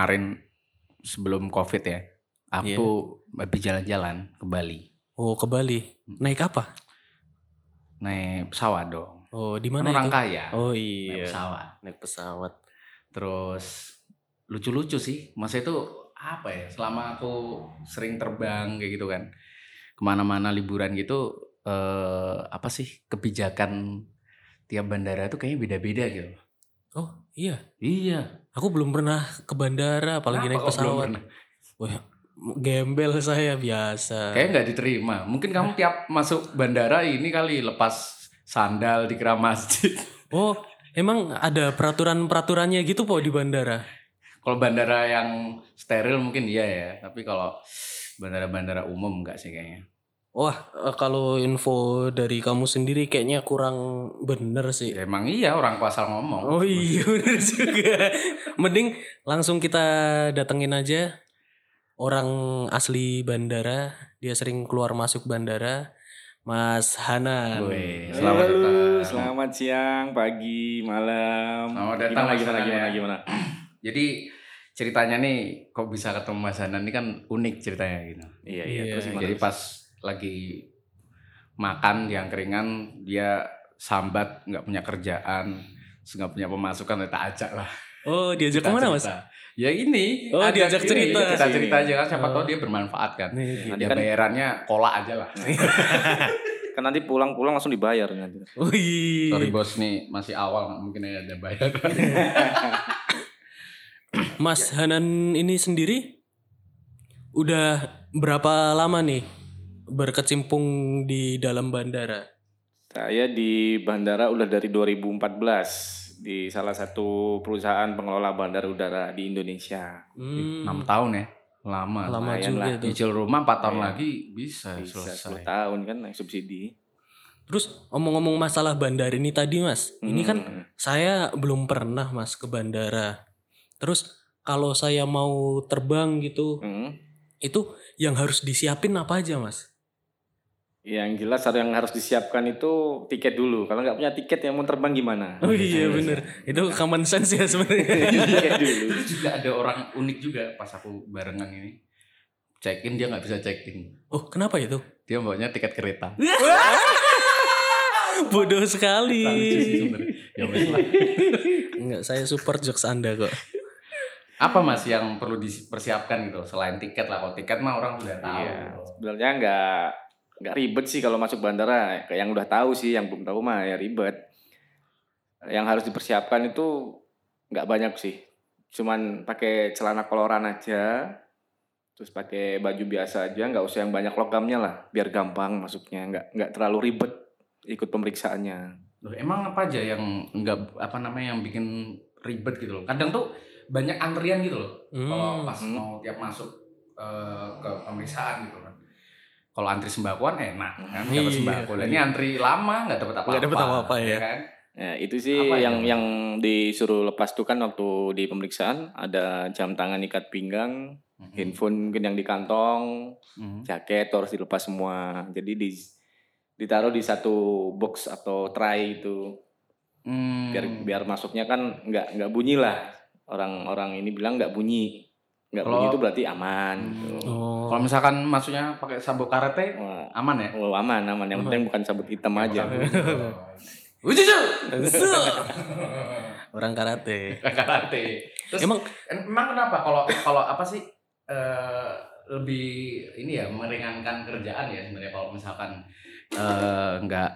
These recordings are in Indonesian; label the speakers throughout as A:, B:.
A: kemarin sebelum COVID ya, aku habis jalan-jalan ke Bali.
B: Oh, ke Bali. Naik apa?
A: Naik pesawat dong.
B: Oh, di
A: Kan
B: mana
A: orang
B: itu?
A: kaya.
B: Oh
A: Naik
B: iya,
A: pesawat.
B: naik pesawat.
A: Terus lucu-lucu sih. Masa itu apa ya? Selama aku sering terbang kayak gitu kan, kemana-mana liburan gitu, apa sih kebijakan tiap bandara tuh kayaknya beda-beda gitu.
B: Oh iya,
A: Iya.
B: aku belum pernah ke bandara, apalagi
A: Kenapa
B: naik
A: kok belum
B: pesawat.
A: pernah?
B: Wah, gembel saya biasa.
A: Kayaknya nggak diterima. Mungkin kamu tiap masuk bandara ini kali lepas sandal dikira masjid.
B: Oh, emang ada peraturan-peraturannya gitu po di bandara?
A: Kalau bandara yang steril mungkin iya ya. Tapi kalau bandara-bandara umum enggak sih kayaknya.
B: Wah, kalau info dari kamu sendiri kayaknya kurang bener sih.
A: Ya, emang iya orang asal ngomong.
B: Oh iya bener juga. Mending langsung kita datengin aja orang asli bandara. Dia sering keluar masuk bandara. Mas Hanan.
A: Woi, selamat
C: Halo,
A: datang.
C: selamat siang, pagi, malam.
A: Selamat datang, Mas Hanan ya.
C: Gimana?
A: Jadi ceritanya nih kok bisa ketemu Mas Hanan ini kan unik ceritanya gitu.
C: Iya.
B: Terus
C: Terus
A: Jadi pas lagi makan yang keringan dia sambat nggak punya kerjaan, nggak punya pemasukan, tak ajak lah.
B: Oh, diajak
A: Kita
B: kemana Mas?
A: cerita. Ya ini.
B: Oh, diajak cerita.
A: Kita cerita aja kan, siapa tahu dia bermanfaat kan.
B: Nih,
A: Ya bayarannya kola aja lah.
C: kan nanti pulang langsung dibayar nanti.
B: Wih.
A: Sorry bos nih masih awal mungkin ada bayar.
B: Mas Hanan ini sendiri udah berapa lama nih berkecimpung di dalam bandara?
C: Saya di bandara udah dari 2014 di salah satu perusahaan pengelola bandara udara di Indonesia.
A: 6 tahun ya. Lama
B: Lama juga tuh.
A: Nyicil rumah 4 tahun lagi bisa
C: Bisa 10
A: selesai.
C: tahun kan naik subsidi.
B: Terus omong-omong masalah bandara ini tadi Mas, ini kan saya belum pernah Mas ke bandara. Terus kalau saya mau terbang gitu, itu yang harus disiapin apa aja Mas?
C: Yang jelas yang harus disiapkan itu tiket dulu. Kalau nggak punya tiket yang mau terbang gimana?
B: Oh iya bener, itu common sense ya sebenarnya.
C: Tiket dulu.
A: Terus juga ada orang unik juga pas aku barengan ini. Check in dia nggak bisa check in.
B: Oh kenapa itu?
A: Dia bawanya tiket kereta.
B: Bodoh sekali.
A: Lucu sih sebenarnya. Ya wes lah.
B: Enggak, saya support jokes Anda kok.
A: Apa Mas yang perlu dipersiapkan gitu selain tiket lah. Kalau tiket mah orang udah tahu.
C: Iya, sebenarnya nggak ribet sih kalau masuk bandara. Kayak yang udah tahu sih, yang belum tahu mah ya ribet. Yang harus dipersiapkan itu nggak banyak sih. Cuman pakai celana koloran aja, terus pakai baju biasa aja, nggak usah yang banyak logamnya lah, biar gampang masuknya, nggak terlalu ribet ikut pemeriksaannya.
A: Loh, emang apa aja yang nggak yang bikin ribet gitu loh. Kadang tuh banyak antrian gitu loh. Kalau pas mau tiap masuk ke pemeriksaan gitu kan. Kalau antri sembakoan enak kan, dapat sembako. Ini antri lama nggak dapat apa-apa.
B: Nggak dapat apa-apa ya.
A: Kan?
C: Ya, itu sih yang disuruh lepas tuh kan waktu di pemeriksaan ada jam tangan ikat pinggang, handphone mungkin yang di kantong, jaket harus dilepas semua. Jadi ditaruh di satu box atau tray itu. Biar masuknya kan nggak bunyi lah. Orang-orang ini bilang nggak bunyi. Nggak bunyi itu berarti aman gitu.
A: Kalau misalkan masuknya pakai sabuk karate aman ya?
C: Oh, aman. Yang penting bukan sabuk hitam aja.
B: Orang karate.
A: Terus emang kenapa kalau apa sih lebih ini ya meringankan kerjaan ya sebenarnya kalau misalkan nggak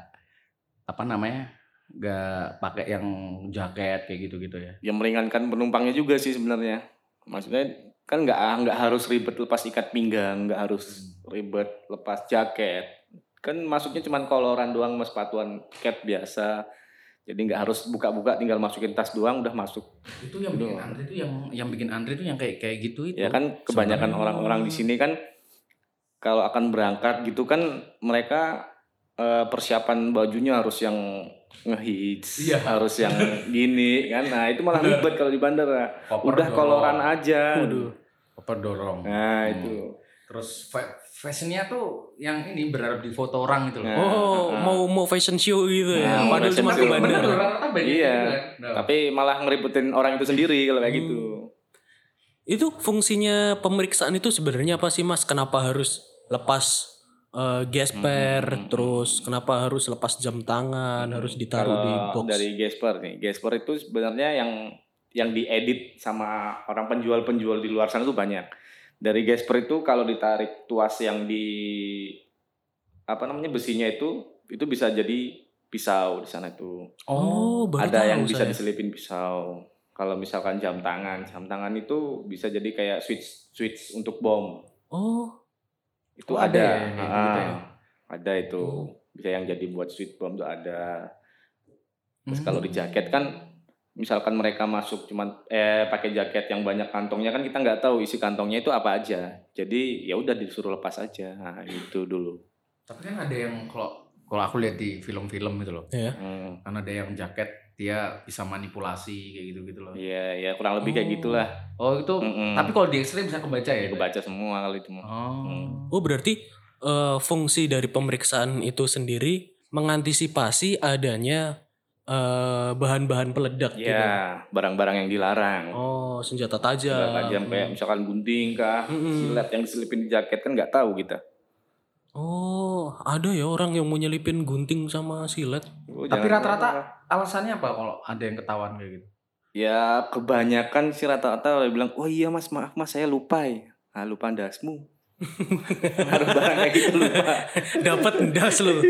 A: nggak pakai yang jaket kayak gitu ya?
C: Yang meringankan penumpangnya juga sih sebenarnya. Maksudnya kan nggak harus ribet lepas ikat pinggang, nggak harus ribet lepas jaket. Kan masuknya cuma koloran doang, sepatuan cap biasa. Jadi nggak harus buka-buka, tinggal masukin tas doang udah masuk.
A: Itu yang bikin antri itu yang bikin antri itu yang kayak gitu itu.
C: Ya kan kebanyakan orang-orang di sini kan kalau akan berangkat gitu kan mereka persiapan bajunya harus yang ngehits, harus yang gini kan. Nah, itu malah ribet kalau di bandara. Udah koloran aja.
A: Koper dorong.
C: Nah, itu.
A: Terus fashionnya tuh yang ini berharap di foto orang gitu loh.
B: Mau fashion show gitu ya. Padahal cuma ke bandara.
C: Iya. Tapi malah ngeribetin orang itu sendiri kalau kayak gitu.
B: Itu fungsinya pemeriksaan itu sebenarnya apa sih Mas? Kenapa harus lepas gesper, terus kenapa harus lepas jam tangan, harus ditaruh di box?
C: Dari gesper itu sebenarnya yang diedit sama orang penjual di luar sana tuh banyak. Dari gesper itu kalau ditarik tuas yang di besinya itu bisa jadi pisau di sana itu.
B: Baru
C: ada
B: tahu
C: yang bisa
B: saya.
C: diselipin pisau. Kalau misalkan jam tangan itu bisa jadi kayak switch untuk bom. Itu ada
A: ya, gitu ya?
C: Ada itu. Bisa yang jadi buat switch bom tuh ada. Terus kalau di jaket kan misalkan mereka masuk cuman pakai jaket yang banyak kantongnya kan kita nggak tahu isi kantongnya itu apa aja. Jadi ya udah disuruh lepas aja. Nah, itu dulu.
A: Tapi kan ada yang kalau aku lihat di film-film gitu loh.
B: Iya.
A: Kan ada yang jaket dia bisa manipulasi kayak gitu loh.
C: Iya, kurang lebih kayak gitulah.
A: Oh, itu tapi kalau di X-ray bisa kebaca ya?
C: Kebaca semua kalau itu.
B: Berarti fungsi dari pemeriksaan itu sendiri mengantisipasi adanya bahan-bahan peledak gitu.
C: Ya, barang-barang yang dilarang.
B: Senjata tajam.
C: Senjata tajam kayak misalkan gunting kah, silet yang diselipin di jaket kan nggak tahu kita.
B: Ada ya orang yang mau nyelipin gunting sama silet.
A: Tapi rata-rata alasannya apa kalau ada yang ketahuan kayak gitu?
C: Ya kebanyakan sih rata-rata bilang, oh iya mas, maaf mas saya lupa ya. Nah, lupa dasmu. Harus barang kayak gitu lupa.
B: Dapat das lo.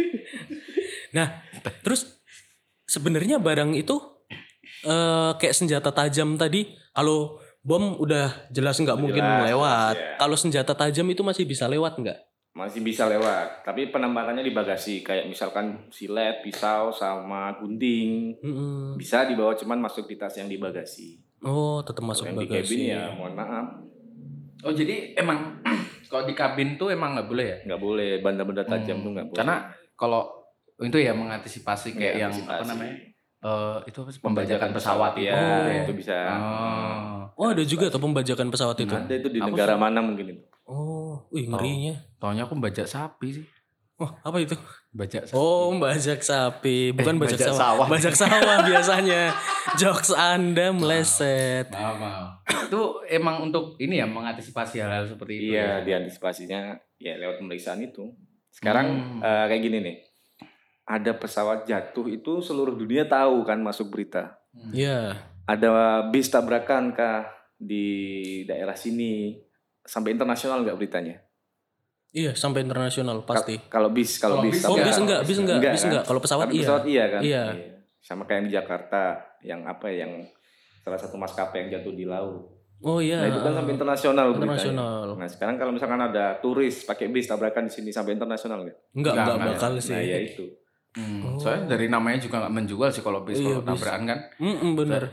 B: Nah, terus sebenarnya barang itu kayak senjata tajam tadi, kalau bom udah jelas nggak mungkin lewat. Ya. Kalau senjata tajam itu masih bisa lewat nggak?
C: Masih bisa lewat, tapi penempatannya di bagasi. Kayak misalkan silet, pisau, sama gunting. Bisa dibawa, cuman masuk di tas yang di bagasi.
B: Tetap masuk bagasi.
C: Di cabin ya mohon maaf.
A: Oh jadi emang kalau di kabin tuh emang nggak boleh ya?
C: Nggak boleh, benda-benda tajam tuh nggak boleh.
A: Karena kalau itu ya mengantisipasi kayak yang apa namanya? Itu pembajakan pesawat
C: ya. Itu bisa.
B: Ada juga tuh pembajakan pesawat itu.
C: Ada itu di negara mana mungkin itu.
B: Ngerinya.
A: Taunya aku bajak sapi sih.
B: Apa itu?
A: Bajak sapi.
B: Bajak sapi, bukan bajak sawah. Bajak sawah biasanya. Jokes Anda meleset.
A: Maaf. Itu emang untuk ini ya mengantisipasi hal-hal seperti itu.
C: Iya, diantisipasinya ya lewat pemeriksaan itu. Sekarang kayak gini nih. Ada pesawat jatuh itu seluruh dunia tahu kan masuk berita.
B: Iya.
C: Ada bis tabrakan kah di daerah sini. Sampai internasional nggak beritanya?
B: Iya, sampai internasional pasti.
C: Kalau bis
B: Bis enggak. Kalau pesawat iya.
C: Pesawat iya kan?
B: Iya.
C: Sama kayak yang di Jakarta, yang salah satu maskapai yang jatuh di laut.
B: Iya.
C: Nah, itu kan sampai internasional beritanya. Nah, sekarang kalau misalkan ada turis pakai bis tabrakan di sini sampai internasional
B: enggak bakal sih.
C: Nah, ya itu.
A: Soalnya dari namanya juga nggak menjual sih kalau bis kalau tabrakan kan.
B: Bener.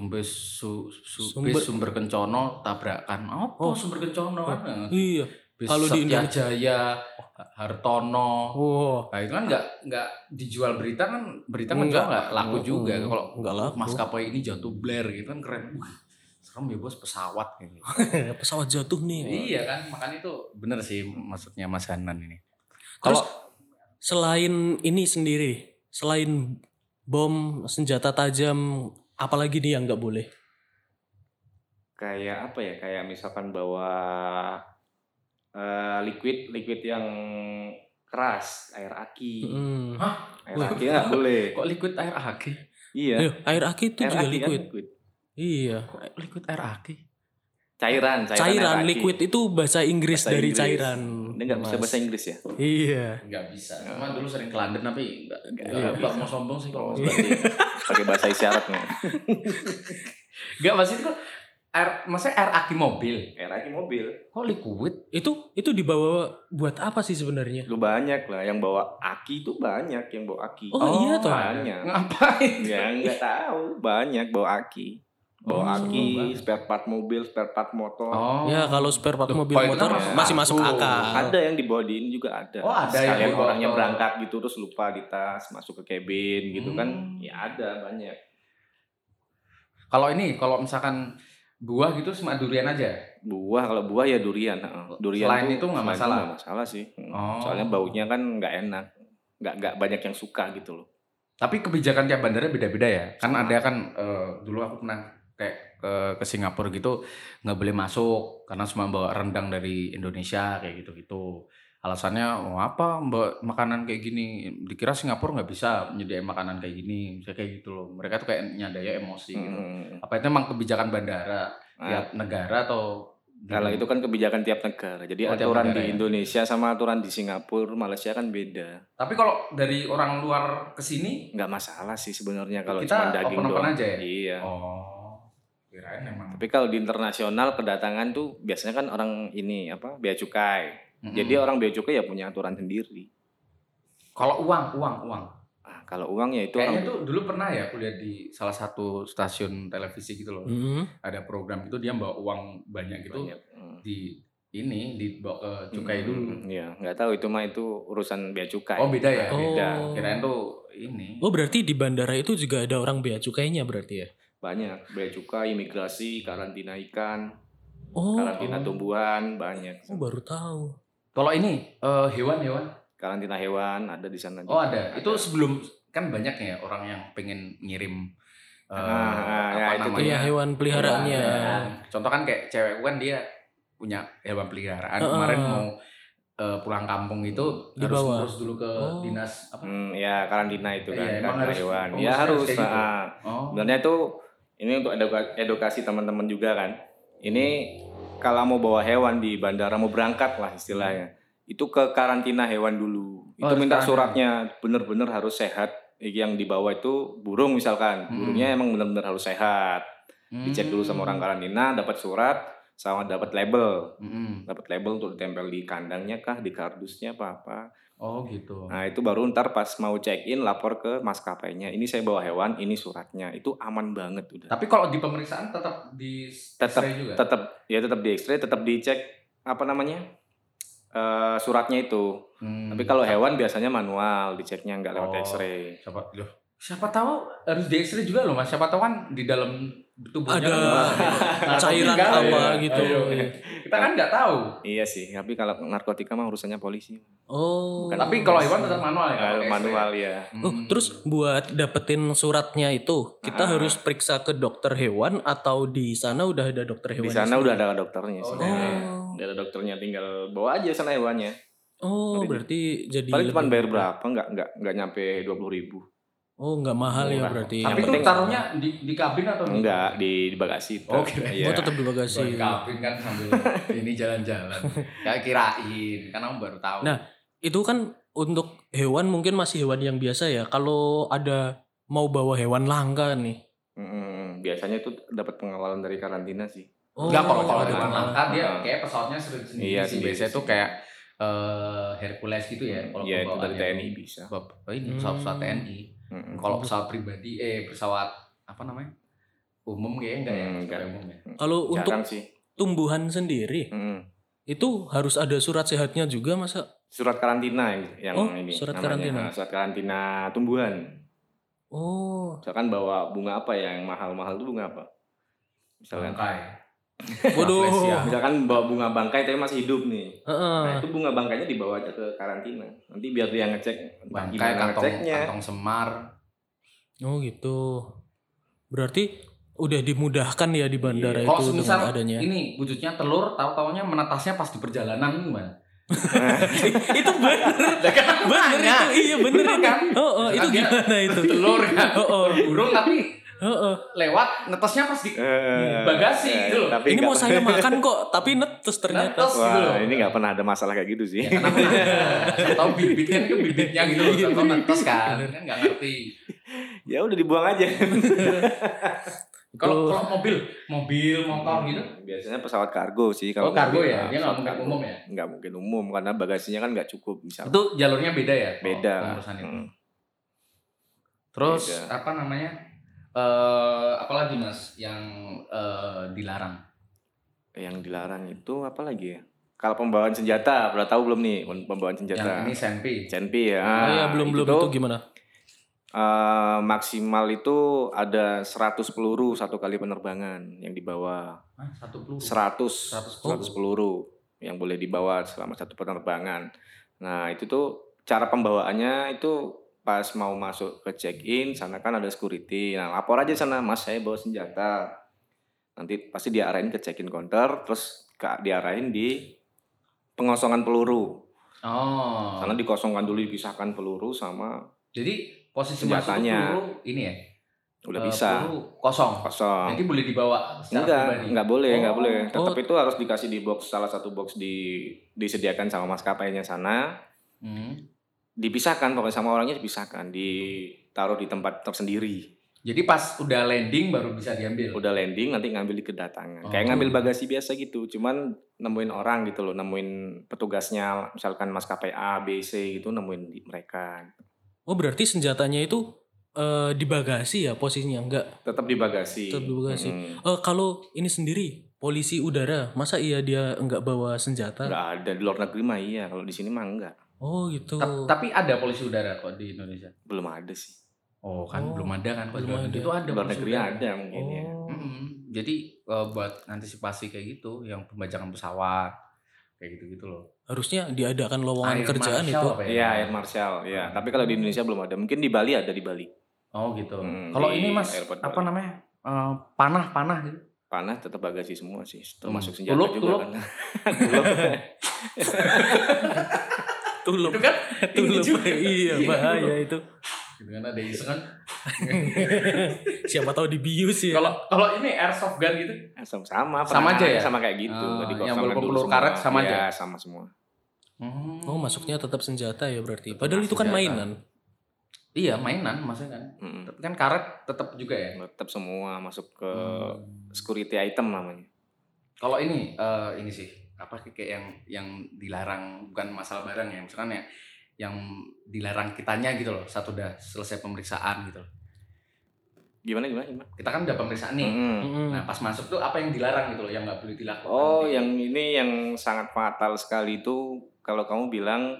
A: Sumber Kencono tabrakan. Sumber Kencono kan?
B: Iya.
A: Kalau di Indonesia Jaya, Hartono. Nah itu kan nggak dijual berita kan nggak laku juga. Kalau maskapai ini jatuh Blair gitu kan keren. Serem ya bos pesawat gitu.
B: Pesawat jatuh nih.
A: Iya kan makanya itu bener sih maksudnya Mas Hanan ini.
B: Kalau selain ini sendiri, selain bom, senjata tajam, apalagi nih yang nggak boleh?
C: Kayak apa ya? Kayak misalkan bawa liquid yang keras, air aki. Air aki nggak boleh.
A: Kok liquid air aki?
C: Iya.
B: Air aki itu juga liquid.
C: Kan?
B: Iya.
A: Kok liquid air aki?
C: Cairan
B: liquid itu bahasa Inggris dari cairan.
C: Dia nggak bisa bahasa Inggris ya?
B: Iya.
A: Nggak bisa. Cuma dulu sering ke London tapi nggak mau sombong sih kalau
C: pakai bahasa isyarat nggak?
A: Nggak maksudnya maksudnya air aki mobil.
C: Air aki mobil.
A: Kok liquid?
B: Itu dibawa buat apa sih sebenarnya?
C: Lu banyak lah yang bawa aki itu banyak yang bawa aki.
B: Iya toh.
C: Banyak.
A: Ngapain?
C: Ya nggak tahu. Banyak bawa aki. Bawa aki, spare part mobil, spare part motor.
B: Ya kalau spare part mobil motor masih masuk akal.
C: Ada yang dibawa di ini juga ada.
A: Ada
C: sekalian orangnya berangkat gitu terus lupa di tas, masuk ke cabin gitu kan. Ya ada banyak.
A: Kalau misalkan buah gitu cuma durian aja.
C: Kalau buah ya durian. Durian
A: selain itu nggak masalah.
C: Nggak masalah sih. Soalnya baunya kan nggak enak. Nggak banyak yang suka gitu loh.
A: Tapi kebijakan tiap bandara beda-beda ya. Kan ada kan dulu aku pernah kayak ke Singapura gitu nggak boleh masuk karena cuma bawa rendang dari Indonesia kayak gitu-gitu. Alasannya apa makanan kayak gini, dikira Singapura nggak bisa menyediakan makanan kayak gini, kayak gitu loh. Mereka tuh kayak nyadaya emosi gitu. Apa itu emang kebijakan bandara tiap negara atau
C: kalau itu kan kebijakan tiap negara. Jadi aturan di Indonesia sama aturan di Singapura, Malaysia kan beda.
A: Tapi kalau dari orang luar ke sini
C: nggak masalah sih sebenarnya kalau
A: kita
C: cuma daging doang
A: aja ya?
C: Iya.
A: Kirain emang.
C: Tapi kalau di internasional kedatangan tuh biasanya kan orang ini bea cukai. Jadi orang bea cukai ya punya aturan sendiri.
A: Kalau uang.
C: Kalau uang ya itu
A: kayaknya tuh dulu pernah ya aku lihat di salah satu stasiun televisi gitu loh. Ada program itu dia bawa uang banyak gitu. Dibawa ke cukai dulu.
C: Iya, nggak tahu itu urusan bea cukai.
A: Oh, beda ya?
C: Beda.
A: Kirain tuh ini.
B: Oh, berarti di bandara itu juga ada orang bea cukainya berarti ya?
C: Banyak, bea cukai, imigrasi, karantina ikan, karantina tumbuhan, banyak.
B: Oh, baru tahu.
A: Kalau ini hewan-hewan?
C: Karantina hewan ada di sana.
A: Oh, ada. Itu sebelum kan banyak ya orang yang pengen ngirim
B: namanya hewan peliharaannya.
A: Contoh kan kayak cewek kan dia punya hewan peliharaan. Kemarin mau pulang kampung itu harus ngurus dulu ke dinas apa?
C: Ya karantina itu kan
A: harus,
C: hewan. Ya harus. Sebenarnya itu ini untuk edukasi teman-teman juga kan. Ini kalau mau bawa hewan di bandara mau berangkat lah istilahnya. Itu ke karantina hewan dulu. Itu minta suratnya benar-benar harus sehat. Yang dibawa itu burung misalkan. Burungnya emang benar-benar harus sehat. Dicek dulu sama orang karantina, dapat surat sama dapat label. Dapat label untuk ditempel di kandangnya kah, di kardusnya apa-apa.
A: Oh gitu.
C: Nah itu baru ntar pas mau check in lapor ke maskapainya. Ini saya bawa hewan, ini suratnya. Itu aman banget udah.
A: Tapi kalau di pemeriksaan tetap di X-ray juga?
C: Tetap di X-ray, tetap dicek suratnya itu. Tapi kalau hewan biasanya manual diceknya nggak lewat X-ray.
A: Siapa tahu harus di X-ray juga loh Mas. Siapa tahu kan di dalam tubuhnya
B: ada cairan apa gitu.
A: Kita kan nggak tahu.
C: Iya sih, tapi kalau narkotika mah urusannya polisi.
A: Tapi kalau hewan tetap manual ya.
C: Manual ya.
B: Terus buat dapetin suratnya itu kita harus periksa ke dokter hewan atau di sana udah ada dokter hewan?
C: Di sana udah ada dokternya sih. Udah ada dokternya, tinggal bawa aja sana hewannya.
B: Berarti jadi
C: paling cuma bayar berapa? Nggak nyampe 20.000.
B: Nggak mahal ya berarti.
A: Tapi itu taruhnya di kabin atau
C: enggak di bagasi?
B: Tetap di bagasi.
A: Di kabin kan sambil ini jalan-jalan. Kayak kirain, karena baru tahu.
B: Nah, itu kan untuk hewan mungkin masih hewan yang biasa ya. Kalau ada mau bawa hewan langka nih.
C: Biasanya itu dapat pengawalan dari karantina sih.
A: Enggak, kalau hewan langka dia kayak pesawatnya sendiri.
C: Iya
A: sih. Biasanya tuh kayak Hercules gitu ya. Kalau
C: itu dari TNI bisa.
A: Ini pesawat TNI. Kalau pesawat pribadi, pesawat apa namanya? Umum kayaknya enggak ya. Umum ya.
B: Kalau untuk tumbuhan sendiri, itu harus ada surat sehatnya juga masa?
C: Surat karantina yang ini.
B: Surat
C: namanya.
B: karantina.
C: Surat karantina tumbuhan. Misalkan bawa bunga apa ya, yang mahal-mahal itu bunga apa? Misalkan
A: bangkai.
C: Waduh. Misalkan bawa bunga bangkai tapi masih hidup nih. Nah itu bunga bangkainya dibawa aja ke karantina. Nanti biar dia ngecek
A: bangkai, kantong semar.
B: Oh gitu. Berarti udah dimudahkan ya di bandara itu
A: dengan
B: adanya.
A: Ini wujudnya telur, tahu-taunya menetasnya pas di perjalanan gimana?
B: Itu bener itu. Iya bener kan? Itu gimana itu?
A: Telur kan? Burung tapi lewat netesnya pas di bagasi gitu loh.
B: Ini mau saya makan kok, tapi netes ternyata.
C: Wah, ini nggak pernah ada masalah kayak gitu sih.
A: Tahu bibitnya itu bibitnya gitu loh. Tahu netes kan nggak ngerti.
C: Ya udah dibuang aja.
A: Kalau mobil motor gitu
C: biasanya pesawat kargo sih.
A: Kalau kargo ya, dia nggak mungkin umum ya.
C: Nggak mungkin umum karena bagasinya kan nggak cukup misalnya.
A: Itu jalurnya beda ya.
C: Beda.
A: Terus apa namanya? Apalagi Mas yang dilarang?
C: Yang dilarang itu apa lagi ya? Kalau pembawaan senjata, pernah tahu belum nih pembawaan senjata?
A: Yang ini CNP
C: ya.
B: Belum itu gimana?
C: Maksimal itu ada 100 peluru satu kali penerbangan yang dibawa.
A: 1 peluru?
C: 100 peluru yang boleh dibawa selama satu penerbangan. Nah itu tuh cara pembawaannya itu pas mau masuk ke check-in, sana kan ada security. Nah lapor aja sana, Mas saya bawa senjata. Nanti pasti diarahin ke check-in counter, terus diarahin di pengosongan peluru. Karena dikosongkan dulu, dipisahkan peluru sama.
A: Jadi posisi senjatanya. Masuk peluru ini ya?
C: Udah bisa.
A: Peluru kosong. Jadi boleh dibawa secara pribadi?
C: Enggak boleh. Tetap itu harus dikasih di box, salah satu box disediakan sama maskapainya sana. Dipisahkan, pokoknya sama orangnya dipisahkan, ditaruh di tempat tersendiri. Jadi pas udah landing baru bisa diambil? Udah landing nanti ngambil di kedatangan. Kayak ngambil bagasi biasa gitu, cuman nemuin orang gitu loh, nemuin petugasnya, misalkan maskapai A, B, C gitu, nemuin mereka.
B: Oh berarti senjatanya itu di bagasi ya posisinya? Enggak?
C: Tetap di bagasi.
B: Kalau ini sendiri, polisi udara, masa iya dia enggak bawa senjata?
C: Enggak ada, di luar negeri mah iya, kalau di sini mah enggak.
B: Oh gitu.
A: Tapi ada polisi udara kok di Indonesia?
C: Belum ada sih.
A: Belum ada kan?
C: Belum ada. Itu ada. Luar negeri ada mungkin ya.
A: Jadi buat antisipasi kayak gitu, yang pembajakan pesawat kayak gitu-gitu loh.
B: Harusnya diadakan lowongan kerjaan itu.
C: Iya, Air Marshal. Iya, tapi kalau di Indonesia belum ada. Mungkin di Bali ada, di Bali.
A: Oh gitu. Kalau ini Mas, apa namanya? Panah gitu.
C: Panah tetap bagasi semua sih, termasuk senjata juga kan.
B: Tuluk. Itu kan? Tuluk. Iya, bahaya itu.
A: Dengan ada iseng kan.
B: Siapa tahu dibius ya.
A: Kalau ini airsoft gun gitu?
C: Sama
A: aja ya?
C: Sama kayak gitu.
A: Yang peluru karet sama aja?
C: Ya, sama semua.
B: Oh, masuknya tetap senjata ya berarti. Padahal itu kan mainan.
A: Iya, mainan maksudnya kan. Tapi kan karet tetap juga ya?
C: Tetap semua masuk ke security item namanya.
A: Kalau ini sih apa kayak yang dilarang, bukan masalah barang ya, misalkan ya yang dilarang kitanya gitu loh, saat udah selesai pemeriksaan gitu. Gimana? Kita kan udah pemeriksaan nih. Nah pas masuk tuh apa yang dilarang gitu loh, yang nggak boleh dilakukan?
C: Yang ini yang sangat fatal sekali itu kalau kamu bilang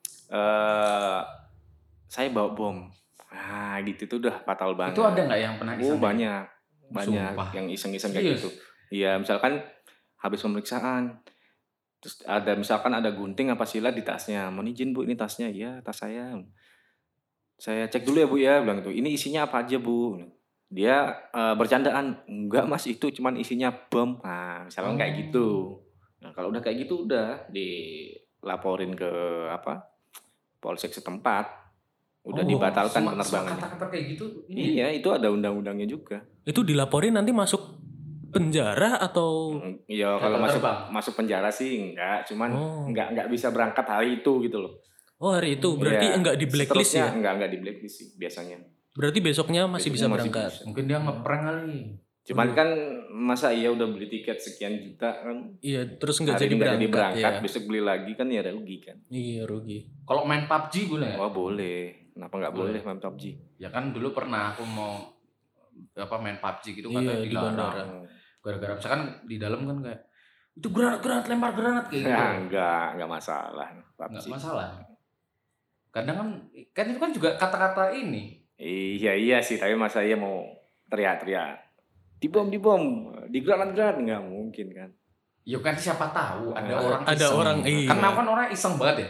C: saya bawa bom. Nah gitu tuh udah fatal banget.
A: Itu ada nggak yang pernah iseng?
C: Banyak yang iseng-iseng kayak gitu. Iya misalkan habis pemeriksaan. Terus misalkan ada gunting apa silat di tasnya. Mohon izin Bu, ini tasnya. Iya, tas saya. Saya cek dulu ya Bu ya, bilang gitu. Ini isinya apa aja Bu? Dia bercandaan. Enggak Mas, itu cuman isinya bom. Nah, misalkan kayak gitu. Nah, kalau udah kayak gitu udah dilaporin ke polsek setempat. Udah dibatalkan penerbangannya.
A: Kata-kata kayak gitu.
C: Iya, itu ada undang-undangnya juga.
B: Itu dilaporin nanti masuk penjara atau
C: ya kalau masuk penjara sih enggak, cuman enggak bisa berangkat hari itu gitu loh.
B: Hari itu berarti enggak di blacklist ya?
C: Enggak di blacklist sih biasanya.
B: Berarti besoknya masih bisa berangkat.
A: Mungkin dia ngeprank kali.
C: Cuman kan masa udah beli tiket sekian juta kan?
B: Iya, terus enggak jadi berangkat ya.
C: Besok beli lagi kan ya rugi kan?
B: Iya, rugi.
A: Kalau main PUBG boleh?
C: Boleh. Kenapa enggak boleh main PUBG?
A: Ya kan dulu pernah aku mau main PUBG gitu katanya
B: di bandara.
A: Gara-gara misalkan di dalam kan kayak itu granat lempar granat kayak gitu.
C: Enggak masalah.
A: Enggak masalah. Kadang kan itu kan juga kata-kata ini.
C: Iya sih, tapi masa mau teriak-teriak. Di bom, di granat enggak mungkin kan.
A: Ya kan siapa tahu ada orang
B: iseng. Ada orang
A: Karena kan orang iseng banget ya.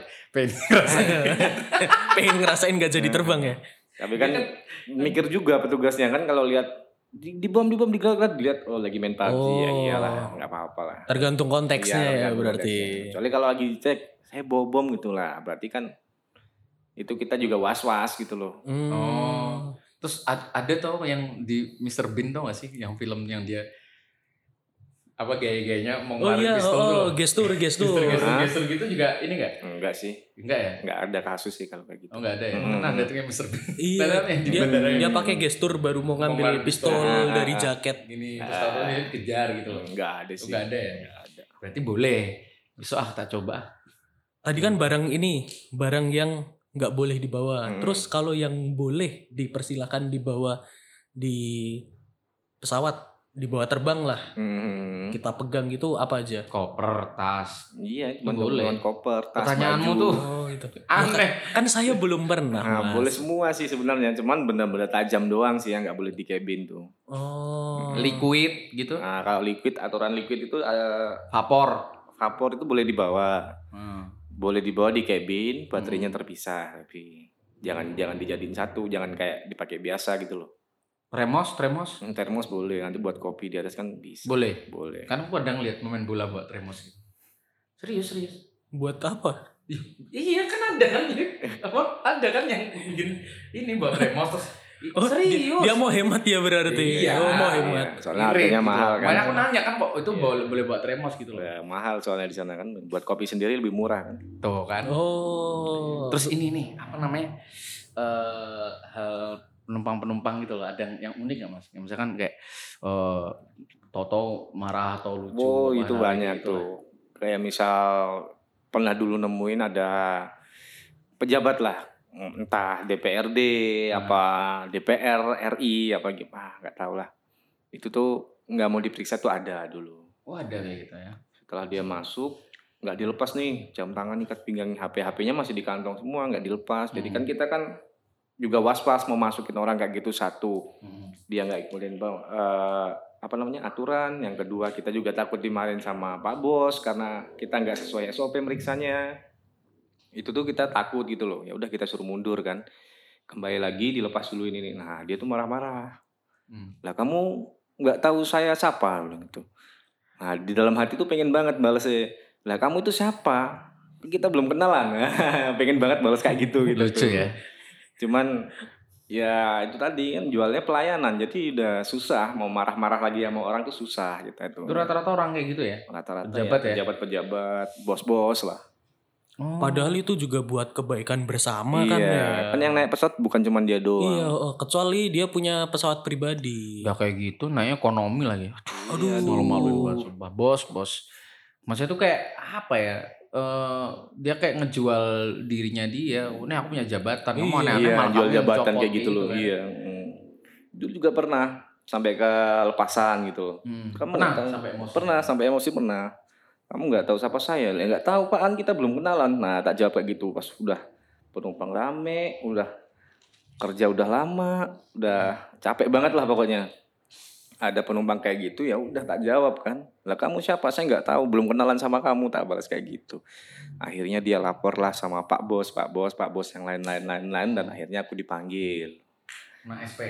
B: Pengen ngerasain enggak jadi terbang ya.
C: Tapi kan mikir juga petugasnya kan kalau lihat di bom digelagat dilihat lagi main PUBG ya iyalah nggak apa-apa lah.
B: Tergantung konteksnya ya berarti.
C: Kecuali kalau lagi cek saya bawa bom gitu lah, berarti kan itu kita juga was-was gitu loh.
A: Terus ada tau yang di Mr. Bean tau gak sih yang film yang dia apa gaya-gayanya mau ngeluarin pistol
B: gestur
A: gitu juga ini enggak?
C: Enggak sih.
A: Enggak ya?
C: Enggak ada kasus sih kalau kayak gitu.
A: Enggak ada ya? Karena ada tuh yang Mr. Bean.
B: Iya, dia pakai gestur baru mau ngambil pistol dari jaket
A: gini, terus dia kejar gitu loh.
C: Enggak ada sih.
A: Enggak ada ya? Enggak ada. Berarti boleh. Besok tak coba.
B: Tadi kan barang yang enggak boleh dibawa. Terus kalau yang boleh dipersilakan dibawa di pesawat, dibawa terbang lah. Kita pegang gitu apa aja?
A: Koper, tas.
C: Iya, boleh. Koper, tas.
A: Pertanyaanmu tuh
B: gitu.
A: aneh.
B: Kan saya belum pernah.
C: Nah, boleh semua sih sebenarnya, cuman benda-benda tajam doang sih yang nggak boleh di cabin tuh.
A: Liquid gitu.
C: Nah, kalau aturan liquid itu
A: vapor
C: itu boleh dibawa. Boleh dibawa di cabin, baterainya terpisah, tapi jangan dijadiin satu, jangan kayak dipakai biasa gitu loh.
A: Termos.
C: Termos boleh, nanti buat kopi di atas kan bisa.
A: Boleh.
C: Kan
A: aku kadang lihat pemain bola buat termos gitu. Serius.
B: Buat apa?
A: Iya kan ada kan ada kan yang bikin ini buat termos terus. Serius.
B: Dia mau hemat ya berarti.
A: Iya,
B: mau hemat.
C: Soalnya harganya mahal kan.
A: Makanya aku nanya kan kok itu boleh buat termos gitu loh.
C: Ya, mahal soalnya di sana kan. Buat kopi sendiri lebih murah kan.
A: Tuh kan. Terus ini nih apa namanya? Hal penumpang gitu loh, ada yang unik nggak Mas? Yang misalkan kayak Toto marah atau lucu.
C: Itu banyak
A: gitu
C: tuh. Kayak misal pernah dulu nemuin ada pejabat lah, entah DPRD apa DPR RI apa gimana, nggak tahu lah. Itu tuh nggak mau diperiksa tuh ada dulu.
A: Ada kayak gitu ya.
C: Setelah dia masuk nggak dilepas nih jam tangan, ikat pinggang, HP-nya masih di kantong semua, nggak dilepas. Jadi kan kita kan juga was-was mau masukin orang kayak gitu. Satu, dia nggak ikutin aturan. Yang kedua, kita juga takut dimarahin sama Pak Bos karena kita nggak sesuai SOP meriksanya. Itu tuh kita takut gitu loh. Ya udah kita suruh mundur kan. Kembali lagi dilepas dulu ini nih. Nah dia tuh marah-marah. Lah kamu nggak tahu saya siapa bilang gitu. Nah di dalam hati tuh pengen banget balesnya. Lah kamu itu siapa? Kita belum kenalan. Pengen banget balas kayak gitu.
A: Lucu ya.
C: Cuman ya itu tadi kan jualnya pelayanan, jadi udah susah mau marah-marah lagi sama orang tuh susah gitu itu.
A: Itu rata-rata orang kayak gitu ya?
C: Rata-rata pejabat-pejabat, bos-bos lah.
B: Padahal itu juga buat kebaikan bersama kan ya.
C: Iya, kan yang naik pesawat bukan cuma dia doang.
B: Iya, kecuali dia punya pesawat pribadi.
A: Ya kayak gitu, naiknya ekonomi lagi.
B: Aduh.
A: Malu-maluin banget sumpah. Bos. Maksudnya tuh kayak apa ya? Dia kayak ngejual dirinya dia. Ini aku punya jabatan. Kamu aneh-aneh malah
C: jual
A: kamu
C: jabatan kayak gitu loh.
A: Kan?
C: Iya. Dulu juga pernah sampai ke lepasan gitu. Kamu pernah sampai emosi pernah. Kamu nggak tahu siapa saya? Nggak tahu Pak, kita belum kenalan. Nah tak jawab kayak gitu. Pas udah penumpang rame, udah kerja udah lama, udah capek banget lah pokoknya. Ada penumpang kayak gitu ya udah tak jawab kan. Lah kamu siapa? Saya nggak tahu, belum kenalan sama kamu, tak balas kayak gitu. Akhirnya dia lapor lah sama Pak Bos yang lain dan akhirnya aku dipanggil.
A: Nah SP.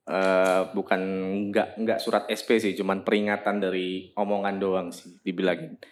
C: Bukan nggak surat SP sih, cuman peringatan dari omongan doang sih, dibilangin.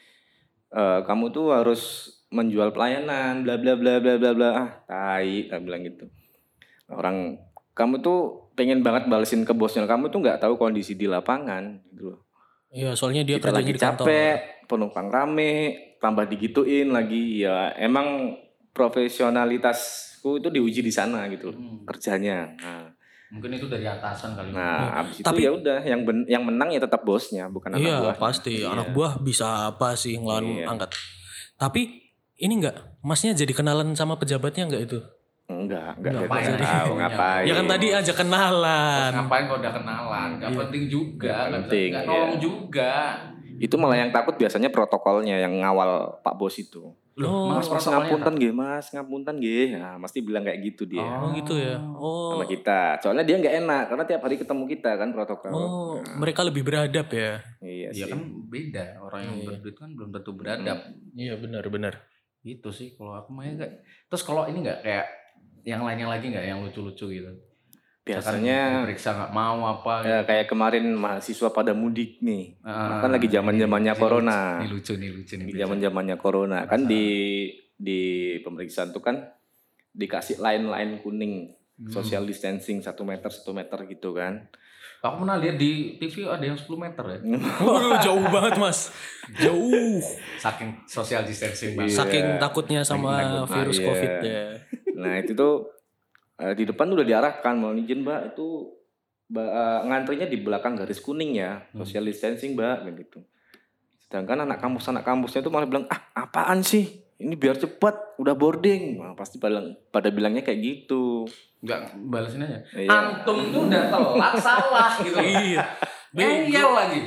C: Kamu tuh harus menjual pelayanan, bla bla bla bla bla bla. Tai, tak bilang gitu. Orang kamu tuh pengen banget balesin ke bosnya, kamu tuh nggak tahu kondisi di lapangan gitu loh.
B: Iya, soalnya dia
C: kita lagi capek, penumpang rame, tambah digituin lagi. Ya emang profesionalitasku itu diuji di sana gitu loh, kerjanya. Nah,
A: mungkin itu dari atasan kali.
C: Nah, abis itu ya udah yang menang ya tetap bosnya, bukan anak buah.
B: Iya, pasti. Anak buah bisa apa sih ngelawan angkat. Tapi ini enggak, Masnya jadi kenalan sama pejabatnya enggak itu?
C: Enggak
B: tahu ngapain. Ya kan tadi aja kenalan.
A: Ngapain kalau udah kenalan? Enggak penting juga, enggak nolong juga.
C: Itu malah yang takut biasanya protokolnya yang ngawal Pak Bos itu. Mas ngapunten nggih. Nah, mesti bilang kayak gitu dia.
B: Oh gitu ya.
C: Sama kita. Soalnya dia enggak enak karena tiap hari ketemu kita kan protokol.
B: Mereka lebih beradab ya.
C: Iya
A: sih. Kan beda. Orang yang berduit kan belum tentu beradab.
B: Iya benar.
A: Gitu sih kalau aku mah enggak. Terus kalau ini enggak kayak yang lainnya lagi enggak yang lucu-lucu gitu?
C: Biasanya
A: periksa nggak mau apa
C: ya,
A: gitu.
C: kayak kemarin mahasiswa pada mudik nih. Kan lagi zamannya corona.
A: Ini lucu.
C: Zamannya corona kan di pemeriksaan tuh kan dikasih line kuning, social distancing 1 meter gitu kan.
A: Aku pernah lihat di TV ada yang 10 meter ya.
B: Jauh banget Mas. Jauh.
A: Saking social distancing banget.
B: Saking takutnya sama virus COVID ya.
C: Nah itu tuh di depan udah diarahkan, mau izin Mbak itu ngantrinya di belakang garis kuning ya, social distancing Mbak gitu. Sedangkan anak kampusnya itu malah bilang apaan sih? Ini biar cepat, udah boarding. Nah, pasti pada bilangnya kayak gitu.
A: Enggak balesin aja. Antum tuh udah telat salah gitu.
B: Iya.
A: Ngeyel lagi.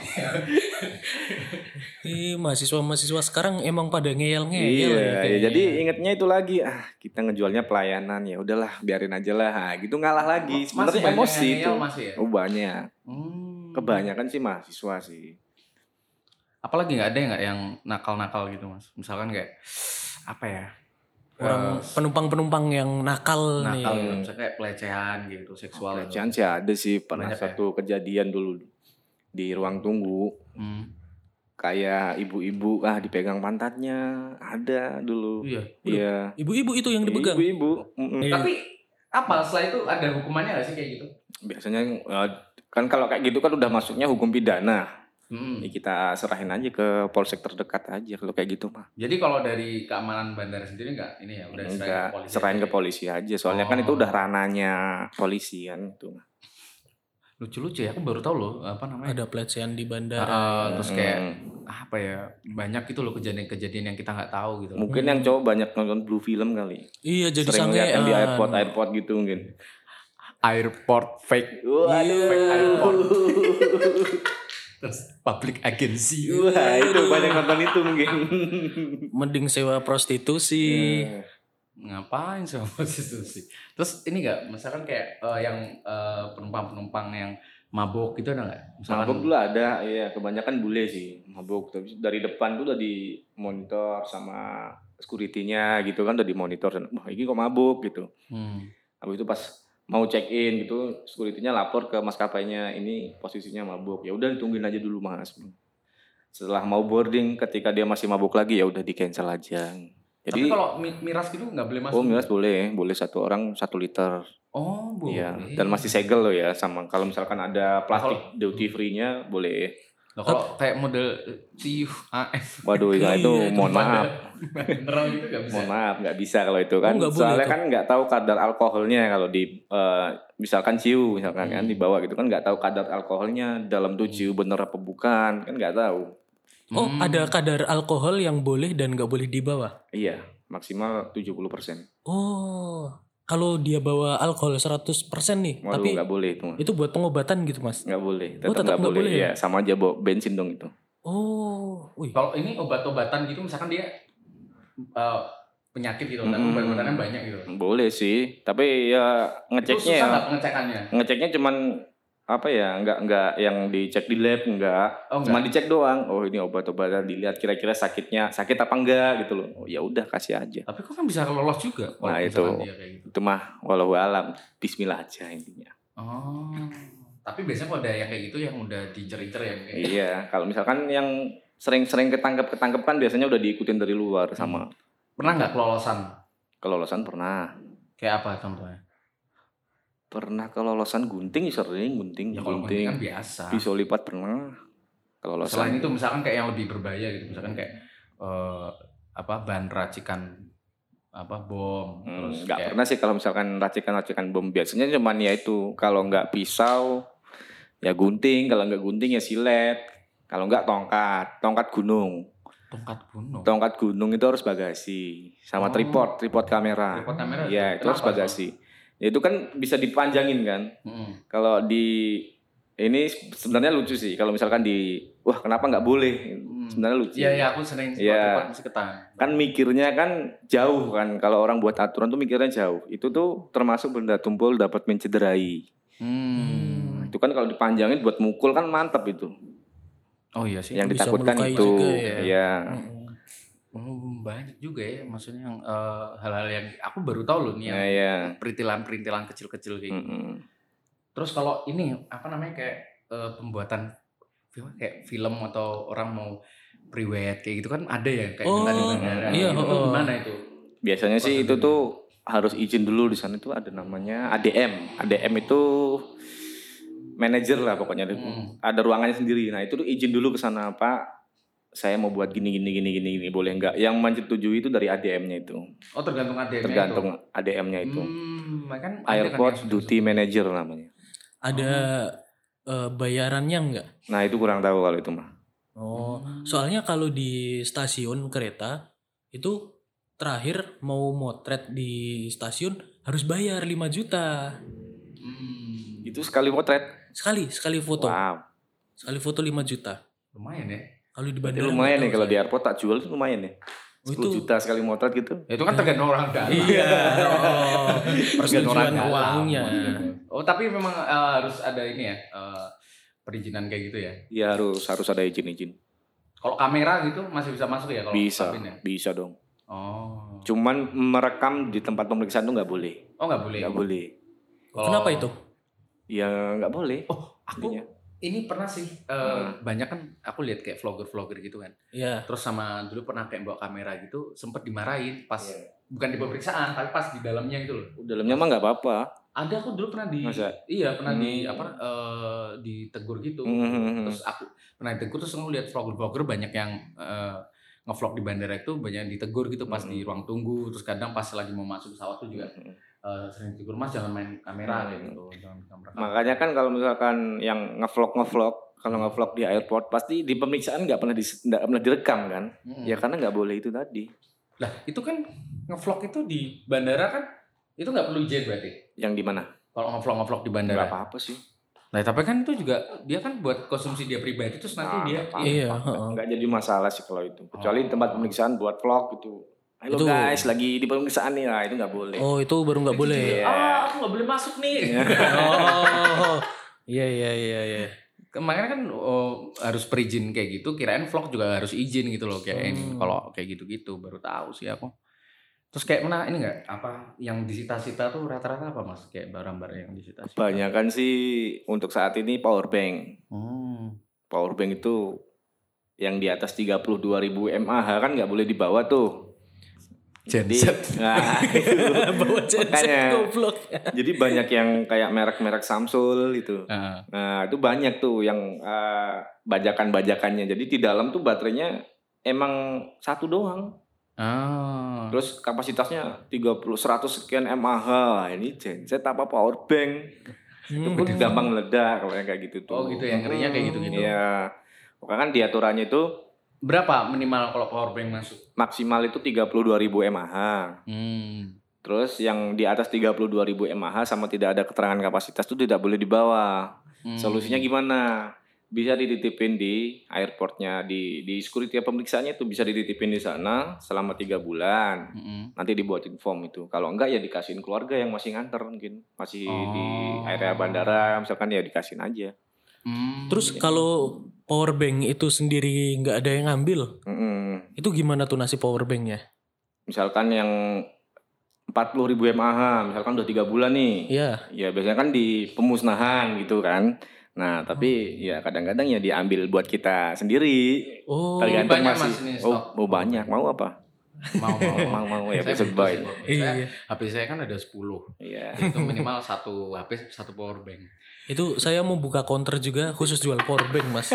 B: Mahasiswa sekarang emang pada ngeyel
C: ya. Jadi ingetnya itu lagi kita ngejualnya pelayanan ya udahlah biarin aja lah gitu, ngalah lagi. Sebenarnya emosi itu.
A: Ya?
C: Banyak. Kebanyakan sih mahasiswa sih.
A: Apalagi nggak ada nggak yang nakal-nakal gitu Mas? Misalkan kayak apa ya?
B: orang penumpang-penumpang yang nakal nih.
A: Misalnya kayak pelecehan gitu, seksual.
C: Pelecehan sih ada sih, pernah satu kejadian dulu di ruang tunggu. Kayak ibu-ibu dipegang pantatnya, ada dulu. Iya.
B: Ibu-ibu itu yang dipegang.
C: Ibu-ibu.
A: Tapi apa setelah itu ada hukumannya nggak sih kayak gitu?
C: Biasanya kan kalau kayak gitu kan udah masuknya hukum pidana. Ya kita serahin aja ke polsek terdekat aja kalau kayak gitu mah.
A: Jadi kalau dari keamanan bandara sendiri nggak ini ya udah
C: serahin ke polisi aja. Soalnya kan itu udah ranahnya polisi kan itu.
A: Lucu-lucu ya, aku baru tahu loh
B: ada pelecehan di bandara.
A: Terus kayak apa ya, banyak gitu loh kejadian-kejadian yang kita nggak tahu gitu.
C: Mungkin yang cowok banyak nonton Blue Film kali.
B: Iya, jadi
C: sering lihat di airport gitu mungkin.
A: Airport fake. Fake airport. Terus public agency.
C: Wah, itu banyak nonton itu mungkin.
B: Mending sewa prostitusi.
A: Ngapain sewa prostitusi? Terus ini enggak, misalkan kayak yang penumpang-penumpang yang mabuk gitu ada enggak?
C: Mabuk dulu ada, iya kebanyakan bule sih mabuk. Tapi dari depan tuh udah dimonitor sama security-nya gitu kan, udah dimonitor. Wah, ini kok mabuk gitu. Habis itu pas mau check in gitu, security-nya lapor ke maskapainya, ini posisinya mabuk. Ya udah ditungguin aja dulu Mas. Setelah mau boarding, ketika dia masih mabuk lagi ya udah di cancel aja. Jadi,
A: tapi kalau miras gitu nggak boleh masuk?
C: Oh miras boleh satu orang 1 liter.
A: Oh boleh.
C: Iya, dan masih segel loh ya, sama kalau misalkan ada plastik duty free-nya boleh.
A: Nah, kalau kayak model CUAF.
C: Waduh itu mohon maaf.
A: Beneran gitu nggak bisa.
C: Mohon maaf nggak bisa kalau itu kan. Soalnya kan nggak tahu kadar alkoholnya kalau di misalkan ciu misalkan kan dibawa gitu kan nggak tahu kadar alkoholnya dalam tuh ciu bener apa bukan kan nggak tahu.
B: Oh, ada kadar alkohol yang boleh dan nggak boleh dibawa?
C: Iya, maksimal 70%.
B: Oh, kalau dia bawa alkohol 100% nih,
C: waduh,
B: tapi
C: nggak boleh itu.
B: Itu buat pengobatan gitu Mas?
C: Nggak boleh, tetap nggak boleh. Ya, sama aja bawa bensin dong itu.
B: Oh,
A: kalau ini obat-obatan gitu, misalkan dia penyakit gitu, tapi obat-obatannya banyak gitu.
C: Boleh sih, tapi ya ngeceknya.
A: Itu susah nggak pengecekannya?
C: Ngeceknya cuman apa ya, nggak yang dicek di lab cuma dicek doang. Oh ini obat-obatan, dilihat kira-kira sakit apa enggak gitu loh. Oh ya udah kasih aja.
A: Tapi kok kan bisa lolos juga.
C: Nah itu gitu. Itu mah walau alam, Bismillah aja intinya.
A: Oh, tapi biasanya kalau ada yang kayak gitu yang udah diincer-incer ya mungkin.
C: Iya, kalau misalkan yang sering ketangkep kan biasanya udah diikutin dari luar sama.
A: Pernah nggak kelolosan?
C: Kelolosan pernah.
A: Kayak apa contohnya?
C: Pernah kelolosan gunting gunting.
A: Ya kalau gunting kan biasa.
C: Pisau lipat pernah. Kelolosan.
A: Selain itu misalkan kayak yang lebih berbahaya gitu, misalkan kayak bahan racikan bom. Terus
C: nggak pernah sih kalau misalkan racikan bom, biasanya cuman ya itu kalau nggak pisau ya gunting, kalau nggak gunting ya silet, kalau nggak tongkat gunung. Tongkat gunung itu harus bagasi sama tripod kamera.
A: Tripod kamera.
C: Ya itu harus bagasi. Ya, itu kan bisa dipanjangin kan. Kalau di ini sebenarnya lucu sih kalau misalkan kenapa nggak boleh? Sebenarnya lucu.
A: Iya aku sering masih ketahan.
C: Kan mikirnya kan jauh kan, kalau orang buat aturan tuh mikirnya jauh. Itu tuh termasuk benda tumpul dapat mencederai. Itu kan kalau dipanjangin buat mukul kan mantap itu.
A: Oh iya sih.
C: Yang ditakutkan itu.
A: Iya. Banyak juga ya, maksudnya yang hal-hal yang aku baru tahu loh nih yang perintilan kecil-kecil kayak gitu. Terus kalau ini kayak pembuatan film atau orang mau pre-wed kayak gitu kan ada ya kayak gimana itu?
C: Biasanya sih itu tuh harus izin dulu di sana tuh ada namanya ADM. ADM itu manajer lah pokoknya. Ada ruangannya sendiri. Nah, itu tuh izin dulu ke sana, Pak. Saya mau buat gini boleh nggak? Yang menyetujui itu dari ADM-nya itu.
A: Oh, tergantung ADM-nya.
C: Tergantung ADM-nya itu. Airport Duty Manager namanya.
B: Ada bayarannya nggak?
C: Nah itu kurang tahu kalau itu mah.
B: Oh, soalnya kalau di stasiun kereta itu terakhir mau motret di stasiun harus bayar 5 juta.
C: Itu sekali motret?
B: Sekali foto.
C: Wow.
B: Sekali foto 5 juta.
A: Lumayan ya.
B: Kalau di bandara
C: lumayan nih kalau di airport tak jual itu lumayan ya. 10 juta sekali motret gitu.
A: Ya, itu kan tergantung orang dalam.
B: Iya. Persetujuan uangnya.
A: Oh, tapi memang harus ada ini ya, perizinan kayak gitu ya?
C: Iya harus ada izin.
A: Kalau kamera gitu masih bisa masuk ya kalau
C: bisa dong.
A: Oh.
C: Cuman merekam di tempat pemeriksaan tuh nggak boleh.
A: Oh nggak boleh.
C: Nggak boleh.
B: Kenapa itu?
C: Ya nggak boleh.
A: Oh aku ini pernah sih banyak kan aku lihat kayak vlogger gitu kan.
B: Iya.
A: Terus sama dulu pernah kayak bawa kamera gitu sempet dimarahin pas bukan di pemeriksaan tapi pas di dalamnya gitu loh.
C: Dalamnya mah nggak apa-apa.
A: Ada aku dulu pernah di ditegur gitu. Terus aku pernah ditegur terus aku lihat vlogger banyak yang ngevlog di bandara itu banyak yang ditegur gitu pas di ruang tunggu, terus kadang pas lagi mau masuk pesawat tuh juga sering ditegur, Mas jangan main kamera kayak gitu, jangan kamera.
C: Makanya kan kalau misalkan yang ngevlog kalau ngevlog di airport pasti di pemeriksaan nggak pernah direkam kan? Ya karena nggak boleh itu tadi.
A: Lah itu kan ngevlog itu di bandara kan itu nggak perlu izin berarti?
C: Yang di mana?
A: Kalau ngevlog di bandara?
C: Nggak apa-apa sih.
A: Nah tapi kan itu juga dia kan buat konsumsi dia pribadi terus nanti dia
C: nggak jadi masalah sih kalau itu. Kecuali tempat pemeriksaan buat vlog gitu. Halo itu, guys, lagi di pemeriksaan nih, nah itu nggak boleh.
B: Oh itu baru nggak boleh.
A: Aku nggak boleh masuk nih.
B: Iya.
A: Makanya kan harus berizin kayak gitu. Kirain vlog juga harus izin gitu loh kayak ini. Kalau kayak gitu baru tahu sih aku. Terus kayak mana ini nggak apa yang disita-sita tuh rata-rata apa Mas? Kayak barang-barang yang disita-sita.
C: Kebanyakan sih untuk saat ini power bank. Power bank itu yang di atas 32.000 mAh kan nggak boleh dibawa tuh.
A: Genset.
B: Bawa genset goblok.
C: Jadi banyak yang kayak merek-merek Samsung gitu. Nah itu banyak tuh yang bajakan-bajakannya. Jadi di dalam tuh baterainya emang satu doang. Terus kapasitasnya 100 sekian mAh. Ini genset apa power bank? Itu pun gampang meledak kalau yang kayak gitu tuh.
A: Oh gitu yang ngerinya kayak gitu-gitu.
C: Iya. Pokoknya kan di aturannya itu
A: berapa minimal kalau power bank masuk?
C: Maksimal itu 32.000 mAh. Terus yang di atas 32.000 mAh sama tidak ada keterangan kapasitas itu tidak boleh dibawa. Solusinya gimana? Bisa dititipin di airportnya, di security pemeriksaannya itu bisa dititipin di sana selama 3 bulan. Nanti dibuatin form itu. Kalau enggak ya dikasihin keluarga yang masih nganter mungkin. Masih di area bandara misalkan ya dikasihin aja.
B: Terus kalau power bank itu sendiri nggak ada yang ngambil, itu gimana tuh nasib power banknya?
C: Misalkan yang 40.000 mAh, misalkan udah 3 bulan nih.
B: Iya.
C: Ya biasanya kan di pemusnahan gitu kan. Nah tapi ya kadang-kadang ya diambil buat kita sendiri. Tergantung
A: banyak
C: masih.
A: Mas,
C: banyak. Mau apa? Mau ya besok buy.
A: Iya. HP saya kan ada 10.
C: Iya.
A: Itu minimal satu HP satu power bank.
B: Itu saya mau buka counter juga khusus jual power bank Mas.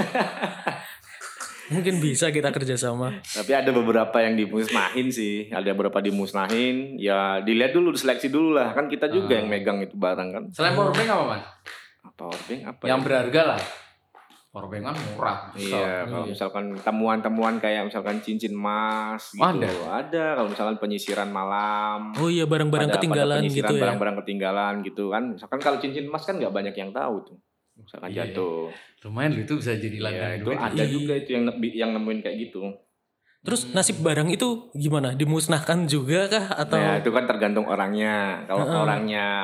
B: Mungkin bisa kita kerjasama.
C: Tapi ada beberapa yang dimusnahin sih. Ada beberapa dimusnahin. Ya dilihat dulu, diseleksi dulu lah. Kan kita juga yang megang itu barang kan.
A: Selain power bank apa Mas?
C: Power bank apa?
A: Yang berharga lah. Power bank kan murah.
C: Iya, kalau misalkan temuan-temuan kayak misalkan cincin emas gitu. Ada. Kalau misalkan penyisiran malam.
B: Oh iya, barang-barang ketinggalan gitu ya.
C: Barang-barang ketinggalan gitu kan. Misalkan kalau cincin emas kan nggak banyak yang tahu tuh. Misalkan jatuh.
A: Lumayan itu bisa jadi langganan.
C: Itu ada juga itu yang nemuin kayak gitu.
B: Terus nasib barang itu gimana? Dimusnahkan juga kah atau?
C: Nah, itu kan tergantung orangnya. Kalau orangnya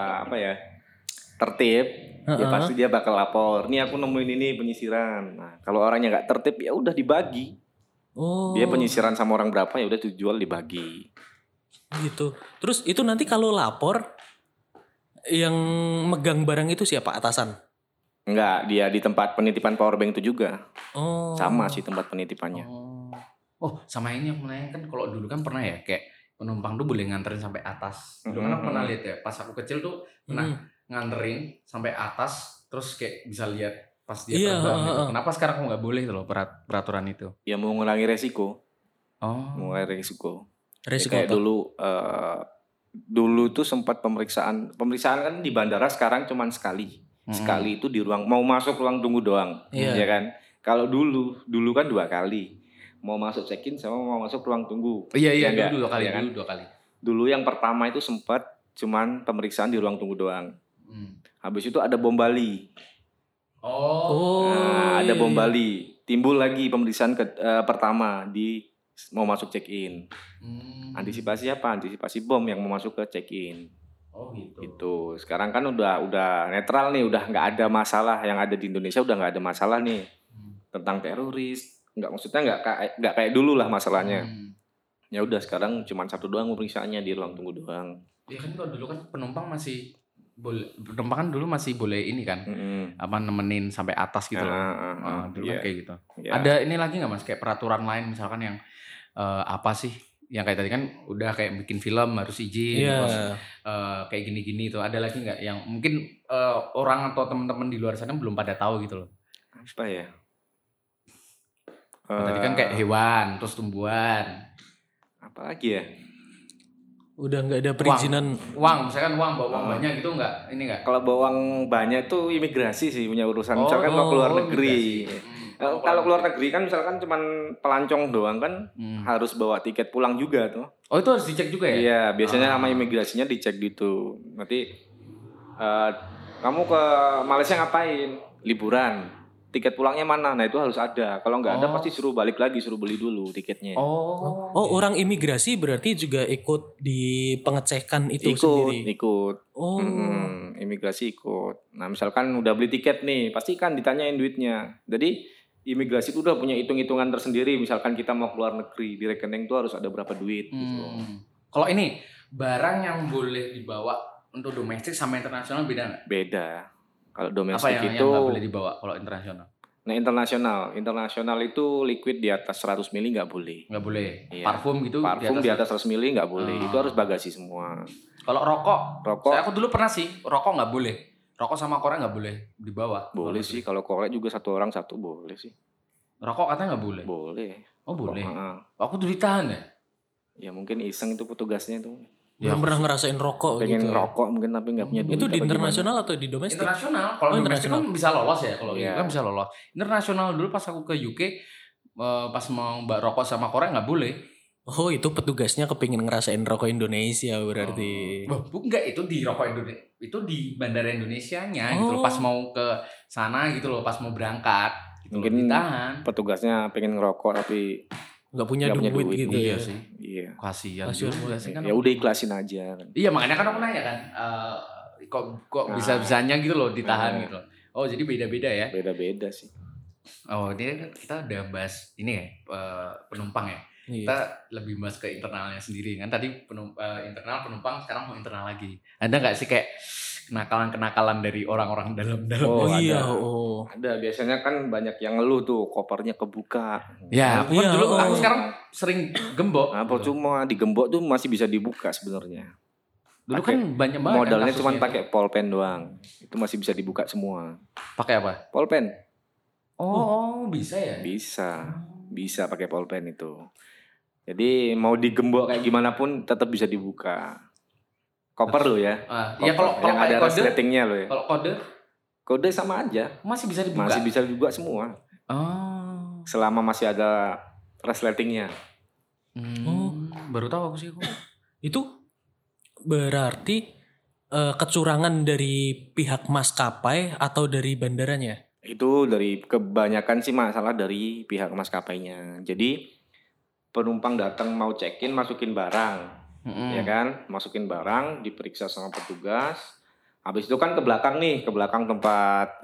C: tertib, ya pasti dia bakal lapor. Nih aku nemuin ini penyisiran. Nah, kalau orangnya nggak tertib ya udah dibagi. Dia penyisiran sama orang berapa ya udah dijual dibagi.
B: Gitu. Terus itu nanti kalau lapor yang megang barang itu siapa? Atasan?
C: Enggak, dia di tempat penitipan power bank itu juga. Sama sih tempat penitipannya.
A: Sama ini aku nanya kan kalau dulu kan pernah ya kayak penumpang tuh boleh nganterin sampai atas. Dulu kan aku pernah lihat ya, pas aku kecil tuh pernah nganterin sampai atas terus kayak bisa lihat pas dia terbang gitu. Kenapa sekarang aku nggak boleh loh peraturan itu?
C: Ya mau ngurangi resiko. Mengurangi resiko. Kayak dulu tuh sempat pemeriksaan kan di bandara sekarang cuma sekali. Sekali itu di ruang mau masuk ruang tunggu doang, ya kan? Kalau dulu kan 2 kali. Mau masuk check-in sama mau masuk ruang tunggu.
A: Iya, dulu 2 kali, ya kan? Dulu 2 kali.
C: Dulu yang pertama itu sempat cuman pemeriksaan di ruang tunggu doang. Habis itu ada bom Bali. Nah, ada bom Bali. Timbul lagi pemeriksaan pertama di mau masuk check-in. Antisipasi apa? Antisipasi bom yang mau masuk ke check-in. Gitu. Sekarang kan udah netral nih, udah nggak ada masalah. Yang ada di Indonesia udah nggak ada masalah nih tentang teroris. Maksudnya nggak kayak dulu lah masalahnya. Ya udah sekarang cuma satu doang pemeriksaannya di ruang tunggu doang.
A: Iya kan kalau dulu kan penumpang dulu masih boleh ini kan, apa nemenin sampai atas gitu loh. Dulu kan kayak gitu. Ada ini lagi nggak Mas kayak peraturan lain misalkan yang apa sih yang kayak tadi kan udah kayak bikin film harus izin terus kayak gini-gini itu ada lagi nggak yang mungkin orang atau teman-teman di luar sana belum pada tahu gitu loh.
C: Apa ya?
A: Tadi kan kayak hewan terus tumbuhan. Apa
C: lagi ya?
B: Udah nggak ada perizinan.
A: Uang misalkan bawa uang banyak gitu nggak ini nggak?
C: Kalau bawa uang banyak itu imigrasi sih punya urusan. Misalkan mau keluar negeri. Kalau keluar negeri kan misalkan cuman pelancong doang kan harus bawa tiket pulang juga tuh.
A: Oh itu harus dicek juga ya?
C: Iya biasanya sama imigrasinya dicek gitu. Nanti kamu ke Malaysia ngapain? Liburan. Tiket pulangnya mana? Nah itu harus ada. Kalau nggak ada pasti suruh balik lagi, suruh beli dulu tiketnya.
B: Oh orang imigrasi berarti juga ikut di pengecekan itu sendiri?
C: Ikut. Imigrasi ikut. Nah misalkan udah beli tiket nih, pasti kan ditanyain duitnya. Jadi imigrasi itu udah punya hitung-hitungan tersendiri. Misalkan kita mau keluar negeri, di rekening tuh harus ada berapa duit. Gitu.
A: Kalau ini barang yang boleh dibawa untuk domestik sama internasional beda nggak?
C: Beda. Kalau domestik
A: apa yang nggak boleh dibawa kalau internasional?
C: Nah internasional itu liquid di atas 100 mili nggak boleh.
A: Nggak boleh.
C: Iya.
A: Parfum gitu?
C: Parfum di atas 100 mili nggak boleh. Itu harus bagasi semua.
A: Kalau rokok? Aku dulu pernah sih rokok nggak boleh. Rokok sama korek nggak boleh dibawa.
C: Boleh sih kalau korek juga satu orang satu boleh sih.
A: Rokok katanya nggak boleh?
C: Boleh.
A: Oh boleh. Aku tuh ditahan ya?
C: Ya mungkin iseng itu petugasnya tuh.
B: Belum pernah ngerasain rokok
C: pengen
B: gitu.
C: Rokok mungkin tapi nggak punya duit.
B: Itu di internasional atau di domestik?
A: Internasional. Kalau domestik kan bisa lolos ya. Kalau kan bisa lolos. Internasional dulu pas aku ke UK pas mau rokok sama korek nggak boleh.
B: Oh itu petugasnya kepingin ngerasain rokok Indonesia berarti.
A: Enggak itu di rokok Indonesia. Itu di bandara Indonesianya gitu loh. Pas mau ke sana gitu loh. Pas mau berangkat. Gitu
C: mungkin
A: ditahan.
C: Petugasnya pengen ngerokok tapi
B: nggak punya duit gitu
A: ya
B: sih.
A: Iya. Kasihan
C: juga sih kan. Ya udah ikhlasin aja kan.
A: Iya makanya kan aku nanya kan kok bisa-bisanya gitu loh ditahan gitu. Oh jadi beda-beda ya.
C: Beda-beda sih.
A: Oh ini kita udah bahas ini ya penumpang ya. Kita lebih bahas ke internalnya sendiri kan tadi internal penumpang sekarang mau internal lagi. Ada nggak sih kayak kenakalan-kenakalan dari orang-orang dalam-dalam?
C: Ada biasanya kan banyak yang ngeluh tuh kopernya kebuka.
A: Ya, aku sekarang sering gembok.
C: Nah, cuma digembok tuh masih bisa dibuka sebenarnya.
A: Dulu kan banyak banget.
C: Modalnya cuma pakai pulpen doang. Itu masih bisa dibuka semua.
A: Pakai apa?
C: Pulpen.
A: Oh, bisa ya?
C: Bisa pakai pulpen itu. Jadi mau digembok kayak gimana pun tetap bisa dibuka. Koper lo ya.
A: Ya kalau
C: yang ada resletingnya lo ya.
A: Kalau
C: kode sama aja.
A: Masih bisa dibuka.
C: Masih bisa dibuka semua. Selama masih ada resletingnya.
A: Baru tahu aku sih.
B: Itu berarti kecurangan dari pihak maskapai atau dari bandaranya?
C: Itu dari kebanyakan sih masalah dari pihak maskapainya. Jadi penumpang datang mau check-in masukin barang. Ya kan, masukin barang, diperiksa sama petugas. Habis itu kan ke belakang tempat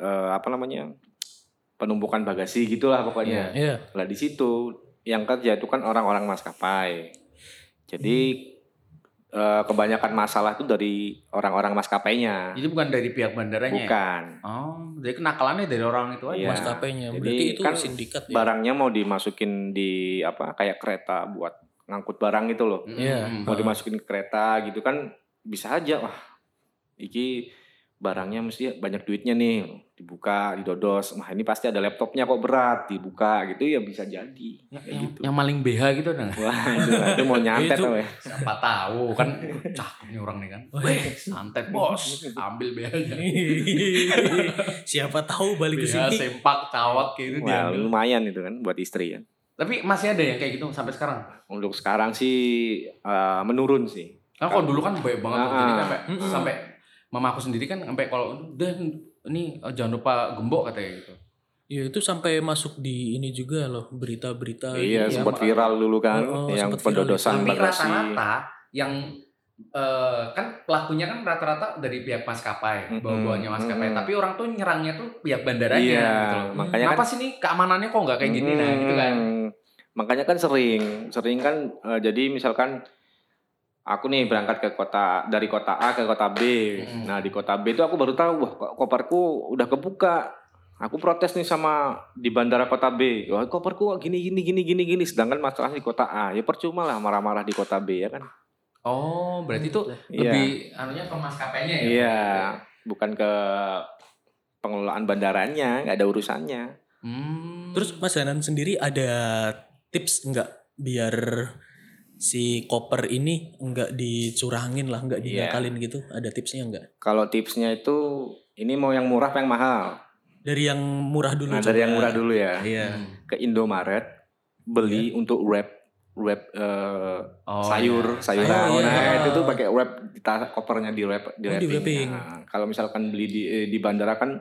C: penumpukan bagasi gitulah pokoknya. Lah di situ yang kerja itu kan orang-orang maskapai. Jadi kebanyakan masalah itu dari orang-orang maskapainya.
A: Jadi bukan dari pihak bandaranya.
C: Bukan.
A: Jadi kenakalannya dari orang itu aja.
B: Maskapainya.
C: Jadi
B: berarti itu
C: kan
B: sindikat ya.
C: Barangnya mau dimasukin di kayak kereta buat ngangkut barang itu loh. Mau dimasukin ke kereta gitu kan bisa aja. Wah, iki barangnya mesti banyak duitnya nih, dibuka, didodos. Wah, ini pasti ada laptopnya kok berat, dibuka gitu ya bisa jadi.
A: Gitu. Yang maling BH gitu nah.
C: Wah, itu mau nyantet
B: itu,
C: siapa
A: tahu kan ini orang nih kan. Santet bos, ambil BH-nya.
B: Siapa tahu balik ke sini.
A: Sempak cawat gitu
C: dia. Lumayan itu kan buat istri kan.
A: Tapi masih ada yang kayak gitu sampai sekarang?
C: Untuk sekarang sih menurun sih.
A: Kan kalau dulu kan banyak banget jadi sampai mama aku sendiri kan sampai kalau udah ini jangan lupa gembok katanya gitu.
B: Ya itu sampai masuk di ini juga loh berita-berita.
C: Iya gitu. Sempat viral dulu kan yang pendodosan bagasi.
A: Tapi rata-rata yang kan pelakunya kan rata-rata dari pihak maskapai, bawa-bawanya maskapai. Tapi orang tuh nyerangnya tuh pihak bandaranya gitu loh.
C: Makanya
A: kenapa sih nih keamanannya kok nggak kayak gini nah gitu kan.
C: Makanya kan sering kan jadi misalkan aku nih berangkat dari kota A ke kota B. Nah di kota B itu aku baru tahu, wah koperku udah kebuka. Aku protes nih sama di bandara kota B. Wah koperku gini. Sedangkan masalahnya di kota A. Ya percuma lah marah-marah di kota B ya kan.
A: Oh berarti itu lebih anunya ke maskapainya ya?
C: Iya, bukan ke pengelolaan bandaranya, nggak ada urusannya.
B: Terus Mas Hanan sendiri ada tips nggak biar si koper ini nggak dicurangin lah, nggak dinakalin gitu? Ada tipsnya nggak?
C: Kalau tipsnya itu, ini mau yang murah apa yang mahal?
B: Dari yang murah dulu.
C: Dari yang murah dulu ya.
B: Iya.
C: Ke Indomaret beli untuk wrap sayuran. Nah itu tuh pakai wrap, kopernya di wrapping. Nah, kalau misalkan beli di bandara kan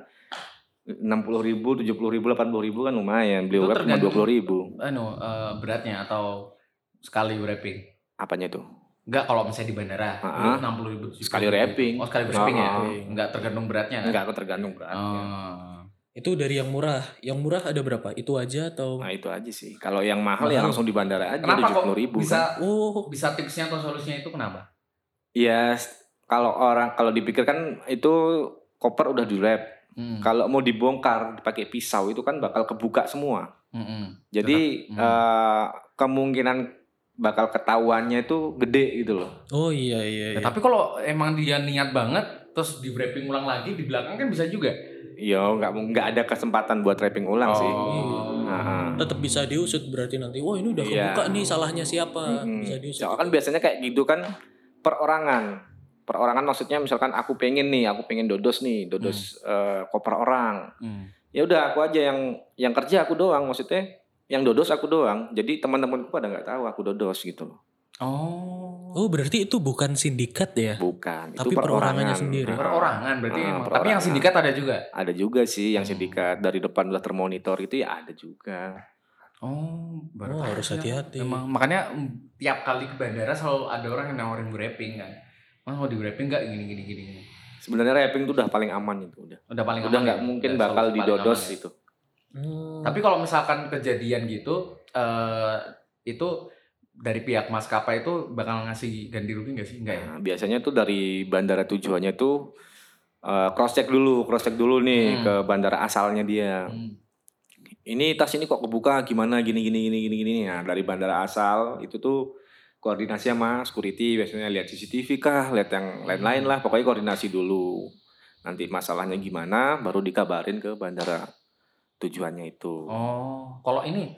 C: 60.000, 70.000, 80.000 kan lumayan. Beli wrap cuma 20.000.
A: Beratnya atau sekali wrapping?
C: Apanya tuh?
A: Enggak, kalau misalnya di bandara 60.000
C: sekali wrapping.
A: Oh sekali wrapping ya? Enggak tergantung beratnya kan?
C: Enggak tergantung beratnya.
B: Itu dari yang murah. Yang murah ada berapa? Itu aja atau?
C: Nah itu aja sih. Kalau yang mahal ya langsung di bandara aja.
A: Kenapa
C: 70.000
A: bisa?
C: Kan?
A: Bisa tipsnya atau solusinya itu kenapa?
C: Ya kalau dipikirkan itu koper udah di wrap. Kalau mau dibongkar pakai pisau itu kan bakal kebuka semua. Jadi kemungkinan bakal ketahuannya itu gede gitu loh.
B: Oh iya.
A: Tapi kalau emang dia niat banget terus di wrapping ulang lagi di belakang kan bisa juga.
C: Iya, nggak ada kesempatan buat wrapping ulang sih.
B: Tetap bisa diusut berarti nanti. Wah ini udah kebuka nih, salahnya siapa? Bisa diusut.
C: Kan biasanya kayak gitu kan perorangan. Perorangan maksudnya misalkan aku pengen dodos koper orang. Ya udah aku aja yang kerja aku doang, maksudnya yang dodos aku doang. Jadi teman-temanku pada nggak tahu aku dodos gitu loh.
B: Oh berarti itu bukan sindikat ya?
C: Bukan,
B: tapi
C: itu
B: perorangannya sendiri.
A: Perorangan berarti. Tapi yang sindikat ada juga.
C: Ada juga sih yang sindikat dari depan udah termonitor itu ya ada juga.
B: Harus hati-hati.
A: Emang makanya tiap kali ke bandara selalu ada orang yang nawarin wrapping kan. Mas mau di wrapping nggak gini.
C: Sebenarnya wrapping itu udah paling aman itu
A: udah paling aman.
C: Udah nggak mungkin bakal didodos itu.
A: Tapi kalau misalkan kejadian gitu, itu dari pihak maskapai itu bakal ngasih ganti rugi nggak sih? Enggak ya?
C: Biasanya tuh dari bandara tujuannya tuh cross check dulu nih ke bandara asalnya dia. Ini tas ini kok kebuka gimana gini. Nah dari bandara asal itu tuh koordinasi sama security, biasanya lihat CCTV kah, lihat yang lain-lain lah, pokoknya koordinasi dulu. Nanti masalahnya gimana, baru dikabarin ke bandara tujuannya itu.
A: Kalau ini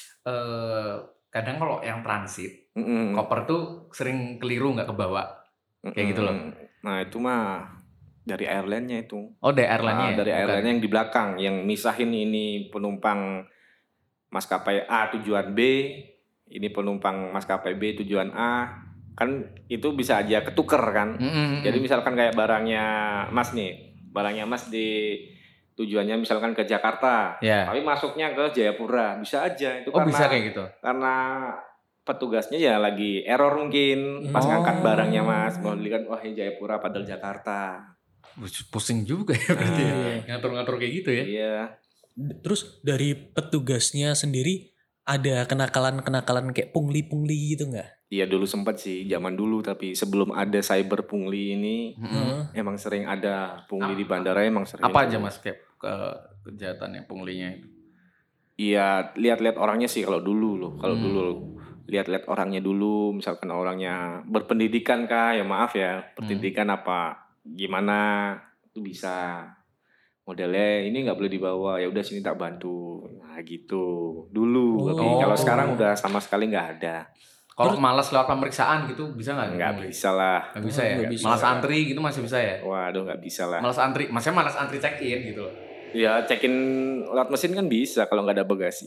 A: kadang kalau yang transit, koper tuh sering keliru nggak kebawa, kayak gitu loh.
C: Nah itu mah dari airline-nya itu.
A: Oh dari airline-nya ya?
C: Dari airline-nya yang di belakang, yang misahin ini penumpang maskapai A tujuan B, ini penumpang maskapai B tujuan A, kan itu bisa aja ketuker kan. Jadi misalkan kayak barangnya Mas di tujuannya misalkan ke Jakarta, tapi masuknya ke Jayapura, bisa aja itu karena
A: bisa kayak gitu.
C: Karena petugasnya ya lagi error mungkin pas ngangkat barangnya Mas, mau dilihat wah ini Jayapura padahal Jakarta.
A: Pusing juga ya berarti ngatur-ngatur kayak gitu ya.
C: Iya.
B: Terus dari petugasnya sendiri ada kenakalan kayak pungli gitu nggak?
C: Iya dulu sempat sih, zaman dulu, tapi sebelum ada cyber pungli ini emang sering ada pungli di bandara, emang sering.
A: Apa aja Mas kayak kejahatan yang punglinya itu?
C: Iya, lihat-lihat orangnya sih kalau dulu loh. Lihat-lihat orangnya dulu, misalkan orangnya berpendidikan kah, ya maaf ya, berpendidikan apa gimana itu bisa. Modelnya ini nggak boleh dibawa, ya udah sini tak bantu. Nah gitu dulu. Tapi kalau sekarang udah sama sekali nggak ada.
A: Kalau malas lewat pemeriksaan gitu bisa nggak?
C: Nggak bisa lah.
A: Nggak bisa ya? Malas antri gitu masih bisa ya?
C: Waduh nggak bisa lah.
A: Malas antri check in gitu loh.
C: Ya check in lewat mesin kan bisa kalau nggak ada bagasi.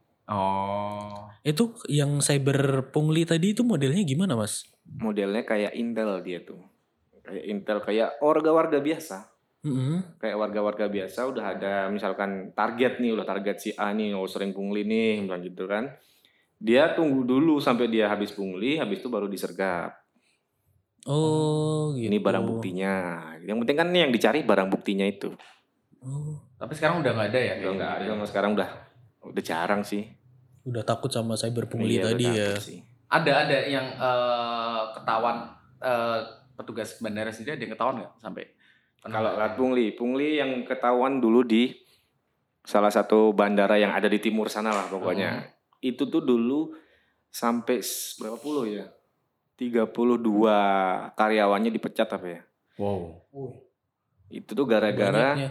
B: Itu yang cyber pungli tadi itu modelnya gimana Mas?
C: Modelnya kayak Intel dia tuh. Kayak Intel, kayak warga-warga biasa. Kayak warga-warga biasa udah ada misalkan target si A nih, sering pungli nih, bilang gitu kan. Dia tunggu dulu sampai dia habis pungli, habis itu baru disergap.
B: Gitu.
C: Ini barang buktinya. Yang penting kan nih yang dicari barang buktinya itu.
A: Tapi sekarang udah nggak ada ya?
C: Udah nggak ada, sekarang udah jarang sih.
B: Udah takut sama cyberbully tadi ya.
C: Sih.
A: Ada yang ketahuan petugas bandara sendiri, ada yang ketahuan nggak sampai?
C: Kalau pungli yang ketahuan dulu di salah satu bandara yang ada di timur sana lah pokoknya. Itu tuh dulu sampai berapa puluh ya? 32 karyawannya dipecat apa ya?
A: Wow.
C: Itu tuh gara-gara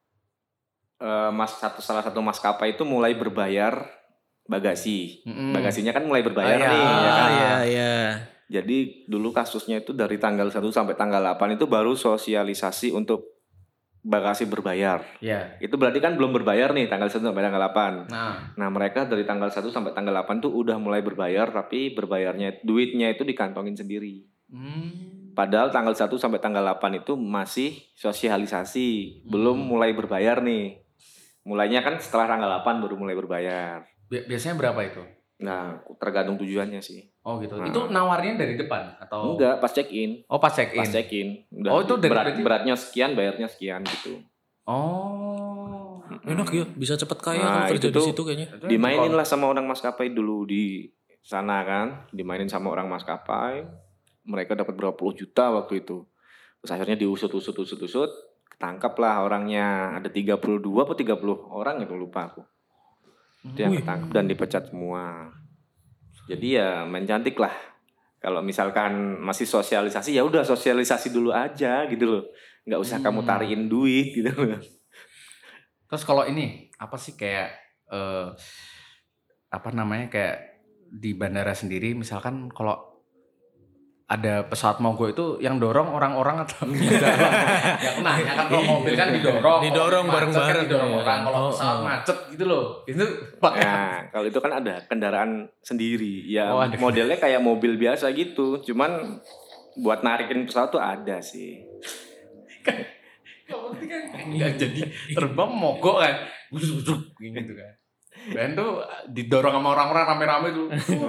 C: salah satu maskapai itu mulai berbayar bagasi. Bagasinya kan mulai berbayar nih. Ya kan?
B: Iya.
C: Jadi dulu kasusnya itu dari tanggal 1 sampai tanggal 8 itu baru sosialisasi untuk bagasi berbayar.
A: Iya.
C: Itu berarti kan belum berbayar nih tanggal 1 sampai tanggal 8.
A: Nah,
C: Mereka dari tanggal 1 sampai tanggal 8 tuh udah mulai berbayar, tapi duitnya itu dikantongin sendiri. Padahal tanggal 1 sampai tanggal 8 itu masih sosialisasi, belum mulai berbayar nih. Mulainya kan setelah tanggal 8 baru mulai berbayar.
A: Biasanya berapa itu?
C: Nah, tergantung tujuannya sih.
A: Oh gitu. Itu nawarnya dari depan atau?
C: Enggak, pas check-in.
A: Oh, pas check-in.
C: Pas check-in. Udah
A: itu dari
C: beratnya sekian, bayarnya sekian gitu.
A: Oh.
B: Enak ya, bisa cepet kaya kalau kerja di situ kayaknya.
C: Dimainin lah sama orang maskapai dulu di sana kan. Dimainin sama orang maskapai. Mereka dapat berapa puluh juta waktu itu. Terus akhirnya diusut. Ketangkap lah orangnya. Ada 32 atau 30 orang itu lupa aku. Itu yang ketangkap dan dipecat semua. Jadi ya main cantik lah. Kalau misalkan masih sosialisasi ya udah sosialisasi dulu aja gitu loh. Nggak usah kamu tarikin duit gitu loh.
A: Terus kalau ini apa sih kayak kayak di bandara sendiri misalkan kalau ada pesawat mogok itu yang dorong orang-orang atau yang nanya kan kalau mobil kan didorong
B: bareng-bareng
A: didorong orang, kalau pesawat macet gitu loh itu
C: nah kalau itu kan ada kendaraan sendiri ya modelnya kayak mobil biasa gitu cuman buat narikin pesawat tuh ada sih
A: kalau kan nggak jadi terbang mogok kan gitu kan dan tuh didorong sama orang-orang rame-rame tuh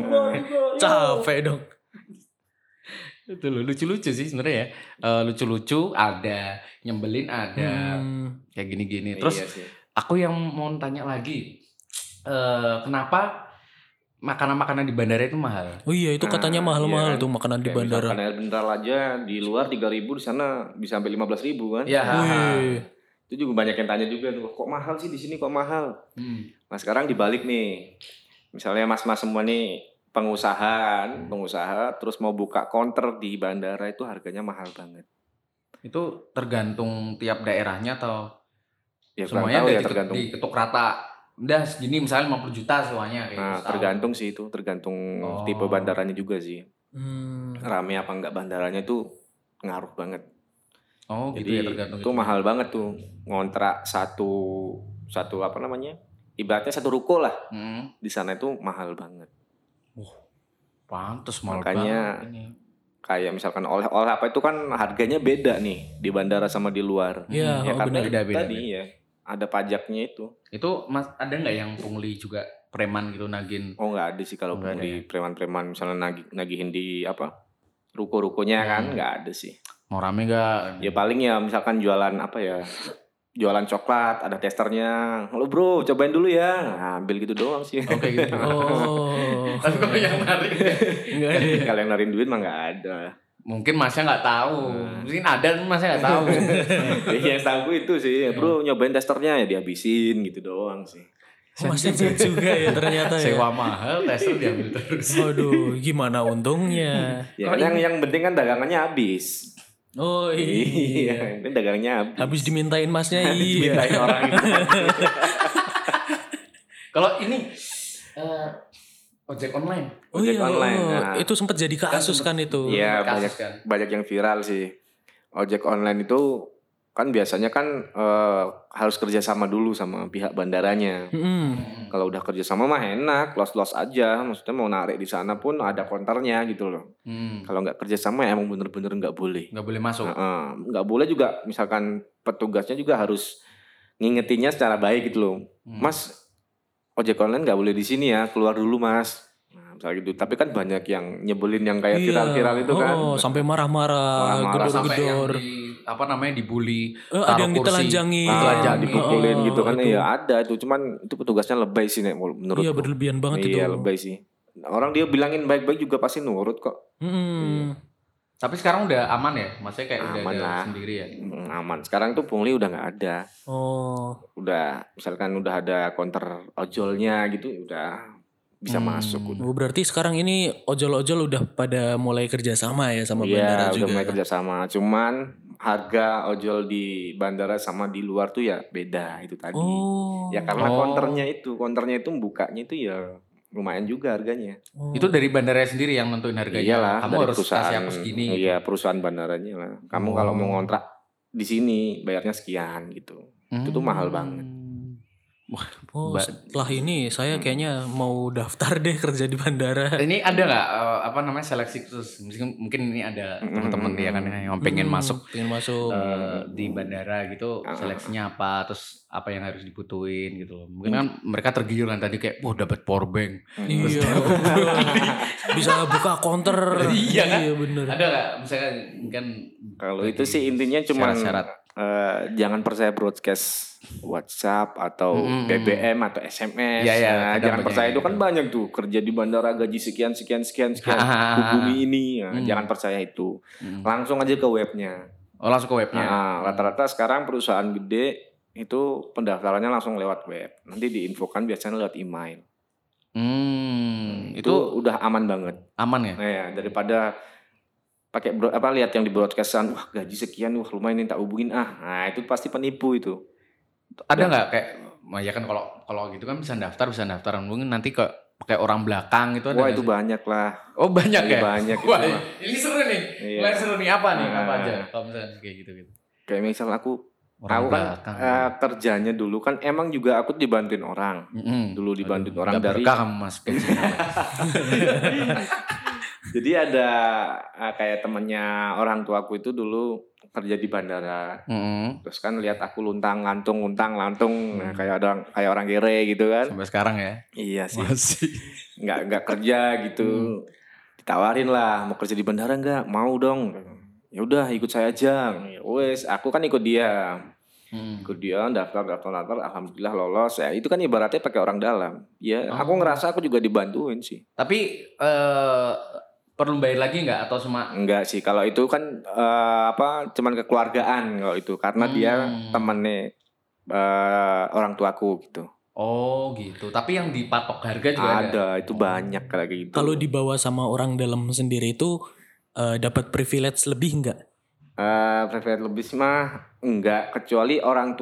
B: capek dong.
A: Itu lucu-lucu sih sebenarnya ya. Lucu-lucu ada, nyembelin ada. Kayak gini-gini. Terus iya aku yang mau tanya lagi. Kenapa makanan-makanan di bandara itu mahal?
B: Oh iya, itu katanya mahal-mahal tuh makanan di bandara.
C: Makanan bendera aja di luar 3.000, di sana bisa sampai 15.000 kan?
A: Iya.
C: Itu juga banyak yang tanya juga tuh, kok mahal sih di sini kok mahal? Nah, sekarang dibalik nih. Misalnya mas-mas semua nih pengusaha terus mau buka counter di bandara itu harganya mahal banget.
A: Itu tergantung tiap daerahnya atau
C: ya,
A: semuanya
C: tergantung
A: diketuk rata. Udah segini misalnya 50 juta semuanya kayak
C: nah, tergantung sih itu, tergantung tipe bandaranya juga sih. Rame apa enggak bandaranya itu ngaruh banget.
A: Oh,
C: jadi
A: gitu ya tergantung
C: itu mahal banget tuh. Ngontrak satu apa namanya? Ibaratnya satu ruko lah. Di sana itu mahal banget.
A: Pantes mahal
C: makanya
A: banget ini.
C: Kayak misalkan oleh-oleh apa itu kan harganya beda nih di bandara sama di luar.
B: Iya,
C: ya karena
A: beda.
C: Tadi ya ada pajaknya itu.
A: Itu mas ada nggak yang pungli juga preman gitu nagin?
C: Oh nggak ada sih kalau pungli preman-preman misalnya nagihin di apa ruko-rukonya kan nggak ada sih.
A: Mau rame nggak?
C: Ya paling ya misalkan jualan apa ya. Jualan coklat, ada testernya. Halo bro, cobain dulu ya. Nah, ambil gitu doang sih.
A: Oke gitu. Tapi kalau yang narik
C: enggak ada. Kalau yang narin duit mah enggak ada.
A: Mungkin masnya enggak tahu. Mungkin ada masnya enggak tahu.
C: Yang tahu itu sih, bro nyobain testernya ya dihabisin gitu doang sih.
B: Masih juga ya ternyata ya.
A: Sewa mahal, tester diambil terus.
B: Aduh, gimana untungnya?
C: Ya, yang penting kan dagangannya habis.
B: Oh iya,
C: ini dagangnya
B: habis dimintain masnya
A: dimintain orang itu. Kalau ini ojek online.
B: Ojek online. Nah, itu sempat jadi kasus kan itu.
C: Iya, banyak yang viral sih. Ojek online itu kan biasanya kan harus kerjasama dulu sama pihak bandaranya. Kalau udah kerjasama mah enak, los aja. Maksudnya mau narik di sana pun ada konternya gitu loh. Kalau nggak kerjasama emang bener-bener nggak boleh.
A: Nggak boleh masuk.
C: Nggak boleh juga. Misalkan petugasnya juga harus ngingetinnya secara baik gitu loh. Mas, ojek online nggak boleh di sini ya, keluar dulu mas. Nah, misalnya gitu. Tapi kan banyak yang nyebelin yang kayak viral-viral itu kan.
B: Sampai marah-marah, gedor-gedor.
A: dibully,
B: ada yang ditelanjangi,
C: dipukulin gitu kan ya ada itu, cuman itu petugasnya lebay sih menurutku.
B: Iya berlebihan banget itu.
C: Iya lebay sih. Orang dia bilangin baik-baik juga pasti nurut kok.
A: Iya. Tapi sekarang udah aman ya, maksudnya kayak
C: aman
A: udah ada
C: lah.
A: sendiri ya.
C: Aman. Sekarang tuh pungli udah nggak ada. Udah misalkan udah ada counter ojolnya gitu, udah bisa masuk.
B: Oh, berarti sekarang ini ojol-ojol udah pada mulai kerjasama ya sama bandara juga.
C: Iya udah mulai kerjasama. Cuman harga ojol di bandara sama di luar tuh ya beda itu tadi. Ya karena counternya itu bukanya itu ya lumayan juga harganya.
A: Itu dari bandara sendiri yang nentuin harganya.
C: Iyalah,
A: kamu harus kasih apa segini.
C: Iya perusahaan bandaranya lah. Kamu kalau mau ngontrak di sini bayarnya sekian gitu. Itu tuh mahal banget.
B: Setelah ini saya kayaknya mau daftar deh kerja di bandara.
A: Ini ada nggak seleksi khusus? Mungkin ini ada teman-teman dia kan yang pengen masuk di bandara gitu. Seleksinya apa? Terus apa yang harus dibutuhin gitu. Mungkin kan mereka tergiur kan tadi kayak, dapat powerbank.
B: Iya. Bisa buka counter.
A: Iya kan?
B: Iya bener.
A: Ada nggak? Misalnya kan.
C: Kalau itu sih intinya cuma
A: syarat.
C: Jangan percaya broadcast WhatsApp atau BBM atau SMS. Jangan percaya itu kan banyak tuh kerja di bandara gaji sekian hubungi ini. Jangan percaya itu. Langsung aja ke webnya.
A: Langsung ke webnya.
C: Rata-rata sekarang perusahaan gede itu pendaftarannya langsung lewat web. Nanti diinfokan biasanya lewat email. Itu udah aman banget.
A: Aman ya?
C: Nah, daripada pakai lihat yang di broadcastan, wah gaji sekian, wah lumayan nih tak hubungin nah itu pasti penipu itu.
A: Ada nggak kayak ya kan kalau gitu kan bisa daftar mungkin nanti ke pakai orang belakang itu ada.
C: Wah itu banyak lah.
A: Oh banyak ya?
C: Banyak.
A: Wah, ini seru nih. Mulai seru nih apa aja kalau misalnya kayak gitu.
C: Kayak misal aku kan kerjanya dulu kan emang juga aku dibantuin orang. Dulu dibantuin orang dari
A: Mas
C: Jadi ada kayak temennya orang tuaku itu dulu kerja di bandara. Terus kan lihat aku luntang lantung. Nah, kayak orang kere gitu kan.
A: Sampai sekarang ya?
C: Iya sih. Masih. Nggak kerja gitu. Ditawarin lah, mau kerja di bandara nggak? Mau dong. Ya udah ikut saya aja. Wes, aku kan ikut dia. Ikut dia daftar. Alhamdulillah lolos. Ya itu kan ibaratnya pakai orang dalam. Ya aku ngerasa aku juga dibantuin sih.
A: Tapi perlu bayar lagi nggak atau cuma?
C: Enggak sih, kalau itu kan cuman kekeluargaan kalau itu karena dia temennya orang tuaku gitu.
A: Oh gitu. Tapi yang dipatok harga juga
C: ada. Itu banyak kayak gitu.
B: Kalau dibawa sama orang dalam sendiri itu dapat privilege lebih nggak?
C: Privilege lebih mah enggak, kecuali orang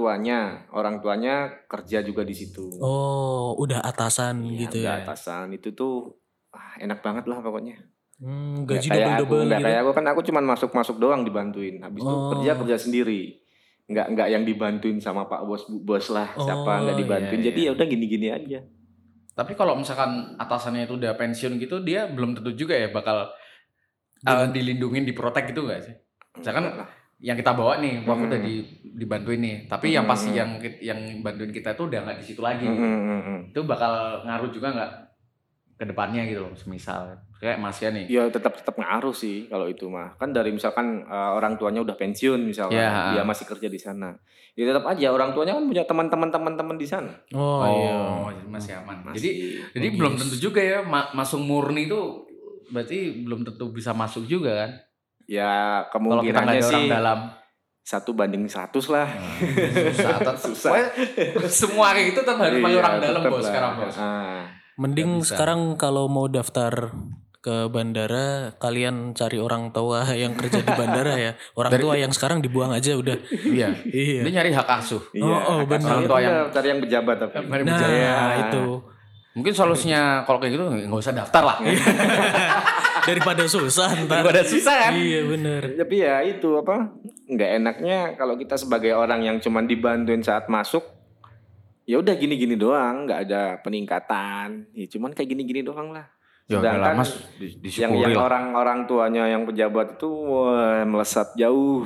C: tuanya kerja juga di situ.
B: Oh, udah atasan gitu ya.
C: Udah atasan itu tuh enak banget lah pokoknya.
B: Gaji double-double gitu.
C: Kayak aku cuman masuk doang dibantuin. Habis itu kerja sendiri. Enggak yang dibantuin sama Pak bos lah, siapa enggak dibantuin. Jadi ya udah gini-gini aja.
A: Tapi kalau misalkan atasannya itu udah pensiun gitu, dia belum tentu juga ya bakal dilindungin, diprotek gitu enggak sih? Misalkan yang kita bawa nih, waktu udah dibantuin nih, tapi yang pasti yang bantuin kita itu udah enggak di situ lagi. Itu bakal ngaruh juga enggak ke depannya gitu loh, semisal kayak Mas ya nih.
C: Ya tetap ngaruh sih kalau itu mah. Kan dari misalkan orang tuanya udah pensiun misalnya, dia masih kerja di sana. Ya tetap aja orang tuanya kan punya teman-teman di sana.
A: Oh, masih aman. Jadi belum tentu juga ya masuk murni itu berarti belum tentu bisa masuk juga kan?
C: Ya kemungkinannya sih
A: orang dalam
C: 1:100 lah.
A: Susah. Semua kayak gitu tetap harus pakai orang dalam bos sekarang bos.
B: Mending sekarang kalau mau daftar ke bandara, kalian cari orang tua yang kerja di bandara ya. Orang tua yang sekarang dibuang aja udah.
A: Iya. Dia nyari hak asuh.
C: Benar. Orang tua yang cari yang pejabat tapi.
B: Itu.
A: Mungkin solusinya kalau kayak gitu nggak usah daftar lah.
B: Daripada susah
A: kan?
B: Iya benar.
C: Tapi ya itu nggak enaknya kalau kita sebagai orang yang cuman dibantuin saat masuk. Ya udah gini-gini doang, nggak ada peningkatan. Ya cuman kayak gini-gini doang lah. Sedangkan yang orang tuanya yang pejabat itu melesat jauh.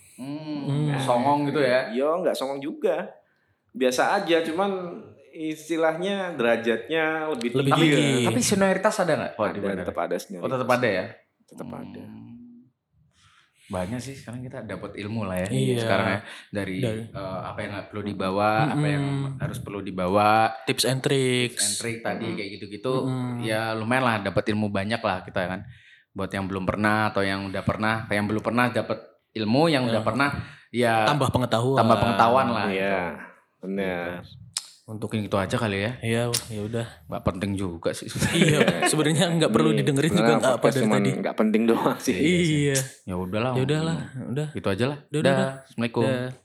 A: Songong gitu ya?
C: Iya nggak songong juga. Biasa aja, cuman istilahnya derajatnya lebih tinggi.
A: Tapi senioritas ada nggak?
C: Tetap ada senioritas.
A: Tetap ada ya?
C: Tetap ada.
A: Banyak sih sekarang kita dapat ilmu lah ya.
B: Iya.
A: Sekarang ya dari apa yang nggak perlu dibawa, apa yang harus perlu dibawa,
B: tips and tricks
A: tadi kayak gitu-gitu. Ya lumayan lah dapat ilmu banyak lah kita kan. Buat yang belum pernah atau yang udah pernah, yang belum pernah dapat ilmu, yang udah pernah ya
B: tambah pengetahuan
A: lah.
C: Iya. Benar.
A: Untuk itu aja kali ya.
B: Iya, ya udah.
A: Nggak penting juga sih.
B: Iya, sebenarnya nggak perlu didengerin juga nggak apa dari tadi.
C: Nggak penting doang sih.
B: Iya.
A: Ya udahlah.
B: Udah.
A: Gitu aja lah.
B: Udah.
A: Assalamualaikum.